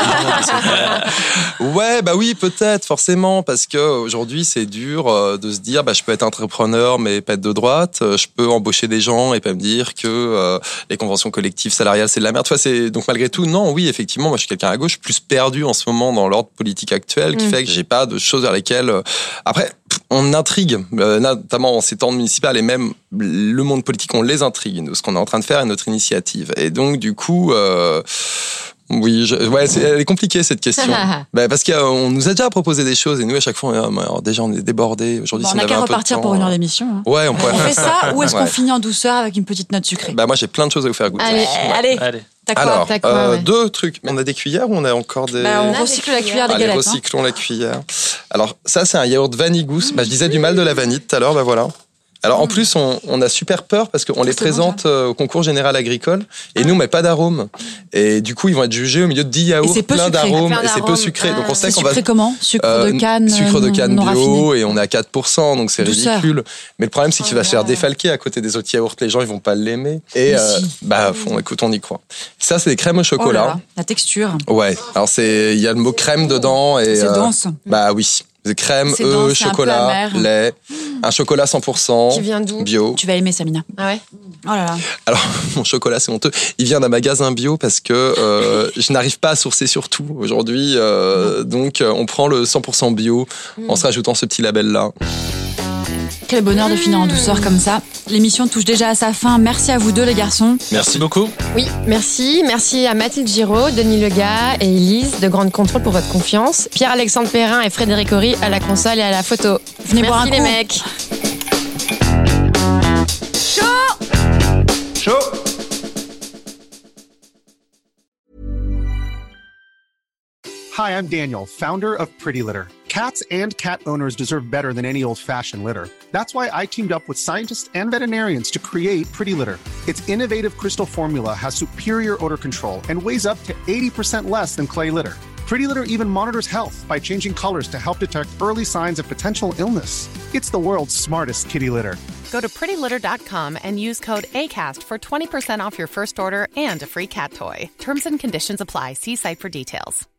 Oui, peut-être, forcément, parce que aujourd'hui, c'est dur de se dire, je peux être entrepreneur, mais pas être de droite. Je peux embaucher des gens et pas me dire que les conventions collectives salariales, c'est de la merde. Donc malgré tout, non, oui, effectivement, moi, je suis quelqu'un à gauche, plus perdu en ce moment dans l'ordre politique actuel, qui fait que j'ai pas de choses vers lesquelles. Après, on intrigue, notamment en ces temps municipales et même le monde politique, on les intrigue. Nous, ce qu'on est en train de faire est notre initiative. Et donc, du coup, elle est compliquée cette question. Parce qu'on nous a déjà proposé des choses et nous, à chaque fois, déjà, on est débordés. Aujourd'hui, on n'a qu'à repartir pour une heure d'émission. Hein. Ouais, on pourrait faire ça ou est-ce qu'on finit en douceur avec une petite note sucrée ? Moi, j'ai plein de choses à vous faire goûter. Allez. Alors, deux trucs. On a des cuillères ou on a encore des... on recycle la cuillère des galettes. Allez, recyclons la cuillère. Alors, ça, c'est un yaourt vanille gousse. Je disais du mal de la vanille tout à l'heure, voilà. Alors, en plus, on a super peur parce qu'on les présente au concours général agricole et nous, on met pas d'arôme. Et du coup, ils vont être jugés au milieu de 10 yaourts plein d'arômes et c'est peu sucré. Donc, on sait qu'on va... sucré comment ? Sucre de canne bio raffiné. Et on est à 4%, donc c'est ridicule. Mais le problème, c'est qu'il va se faire défalquer à côté des autres yaourts. Les gens, ils vont pas l'aimer. Et écoute, on y croit. Ça, c'est des crèmes au chocolat. Oh là là, la texture. Ouais. Alors, il y a le mot crème dedans. Et, c'est dense. Oui. Crème, œufs, chocolat, lait, un chocolat 100%. Qui vient d'où ? Bio. Tu vas aimer, Samina. Ah ouais ? Oh là là. Alors, mon chocolat, c'est honteux. Il vient d'un magasin bio parce que je n'arrive pas à sourcer sur tout aujourd'hui. Donc, on prend le 100% bio en se rajoutant ce petit label-là. Quel bonheur de finir en douceur comme ça. L'émission touche déjà à sa fin. Merci à vous deux les garçons. Merci beaucoup. Oui, merci. Merci à Mathilde Giraud, Denis Lega et Elise de Grande Contrôle pour votre confiance. Pierre-Alexandre Perrin et Frédéric Horry à la console et à la photo. Venez boire un Merci coup. les mecs. Chaud. Hi, I'm Daniel, founder of Pretty Litter. Cats and cat owners deserve better than any old-fashioned litter. That's why I teamed up with scientists and veterinarians to create Pretty Litter. Its innovative crystal formula has superior odor control and weighs up to 80% less than clay litter. Pretty Litter even monitors health by changing colors to help detect early signs of potential illness. It's the world's smartest kitty litter. Go to prettylitter.com and use code ACAST for 20% off your first order and a free cat toy. Terms and conditions apply. See site for details.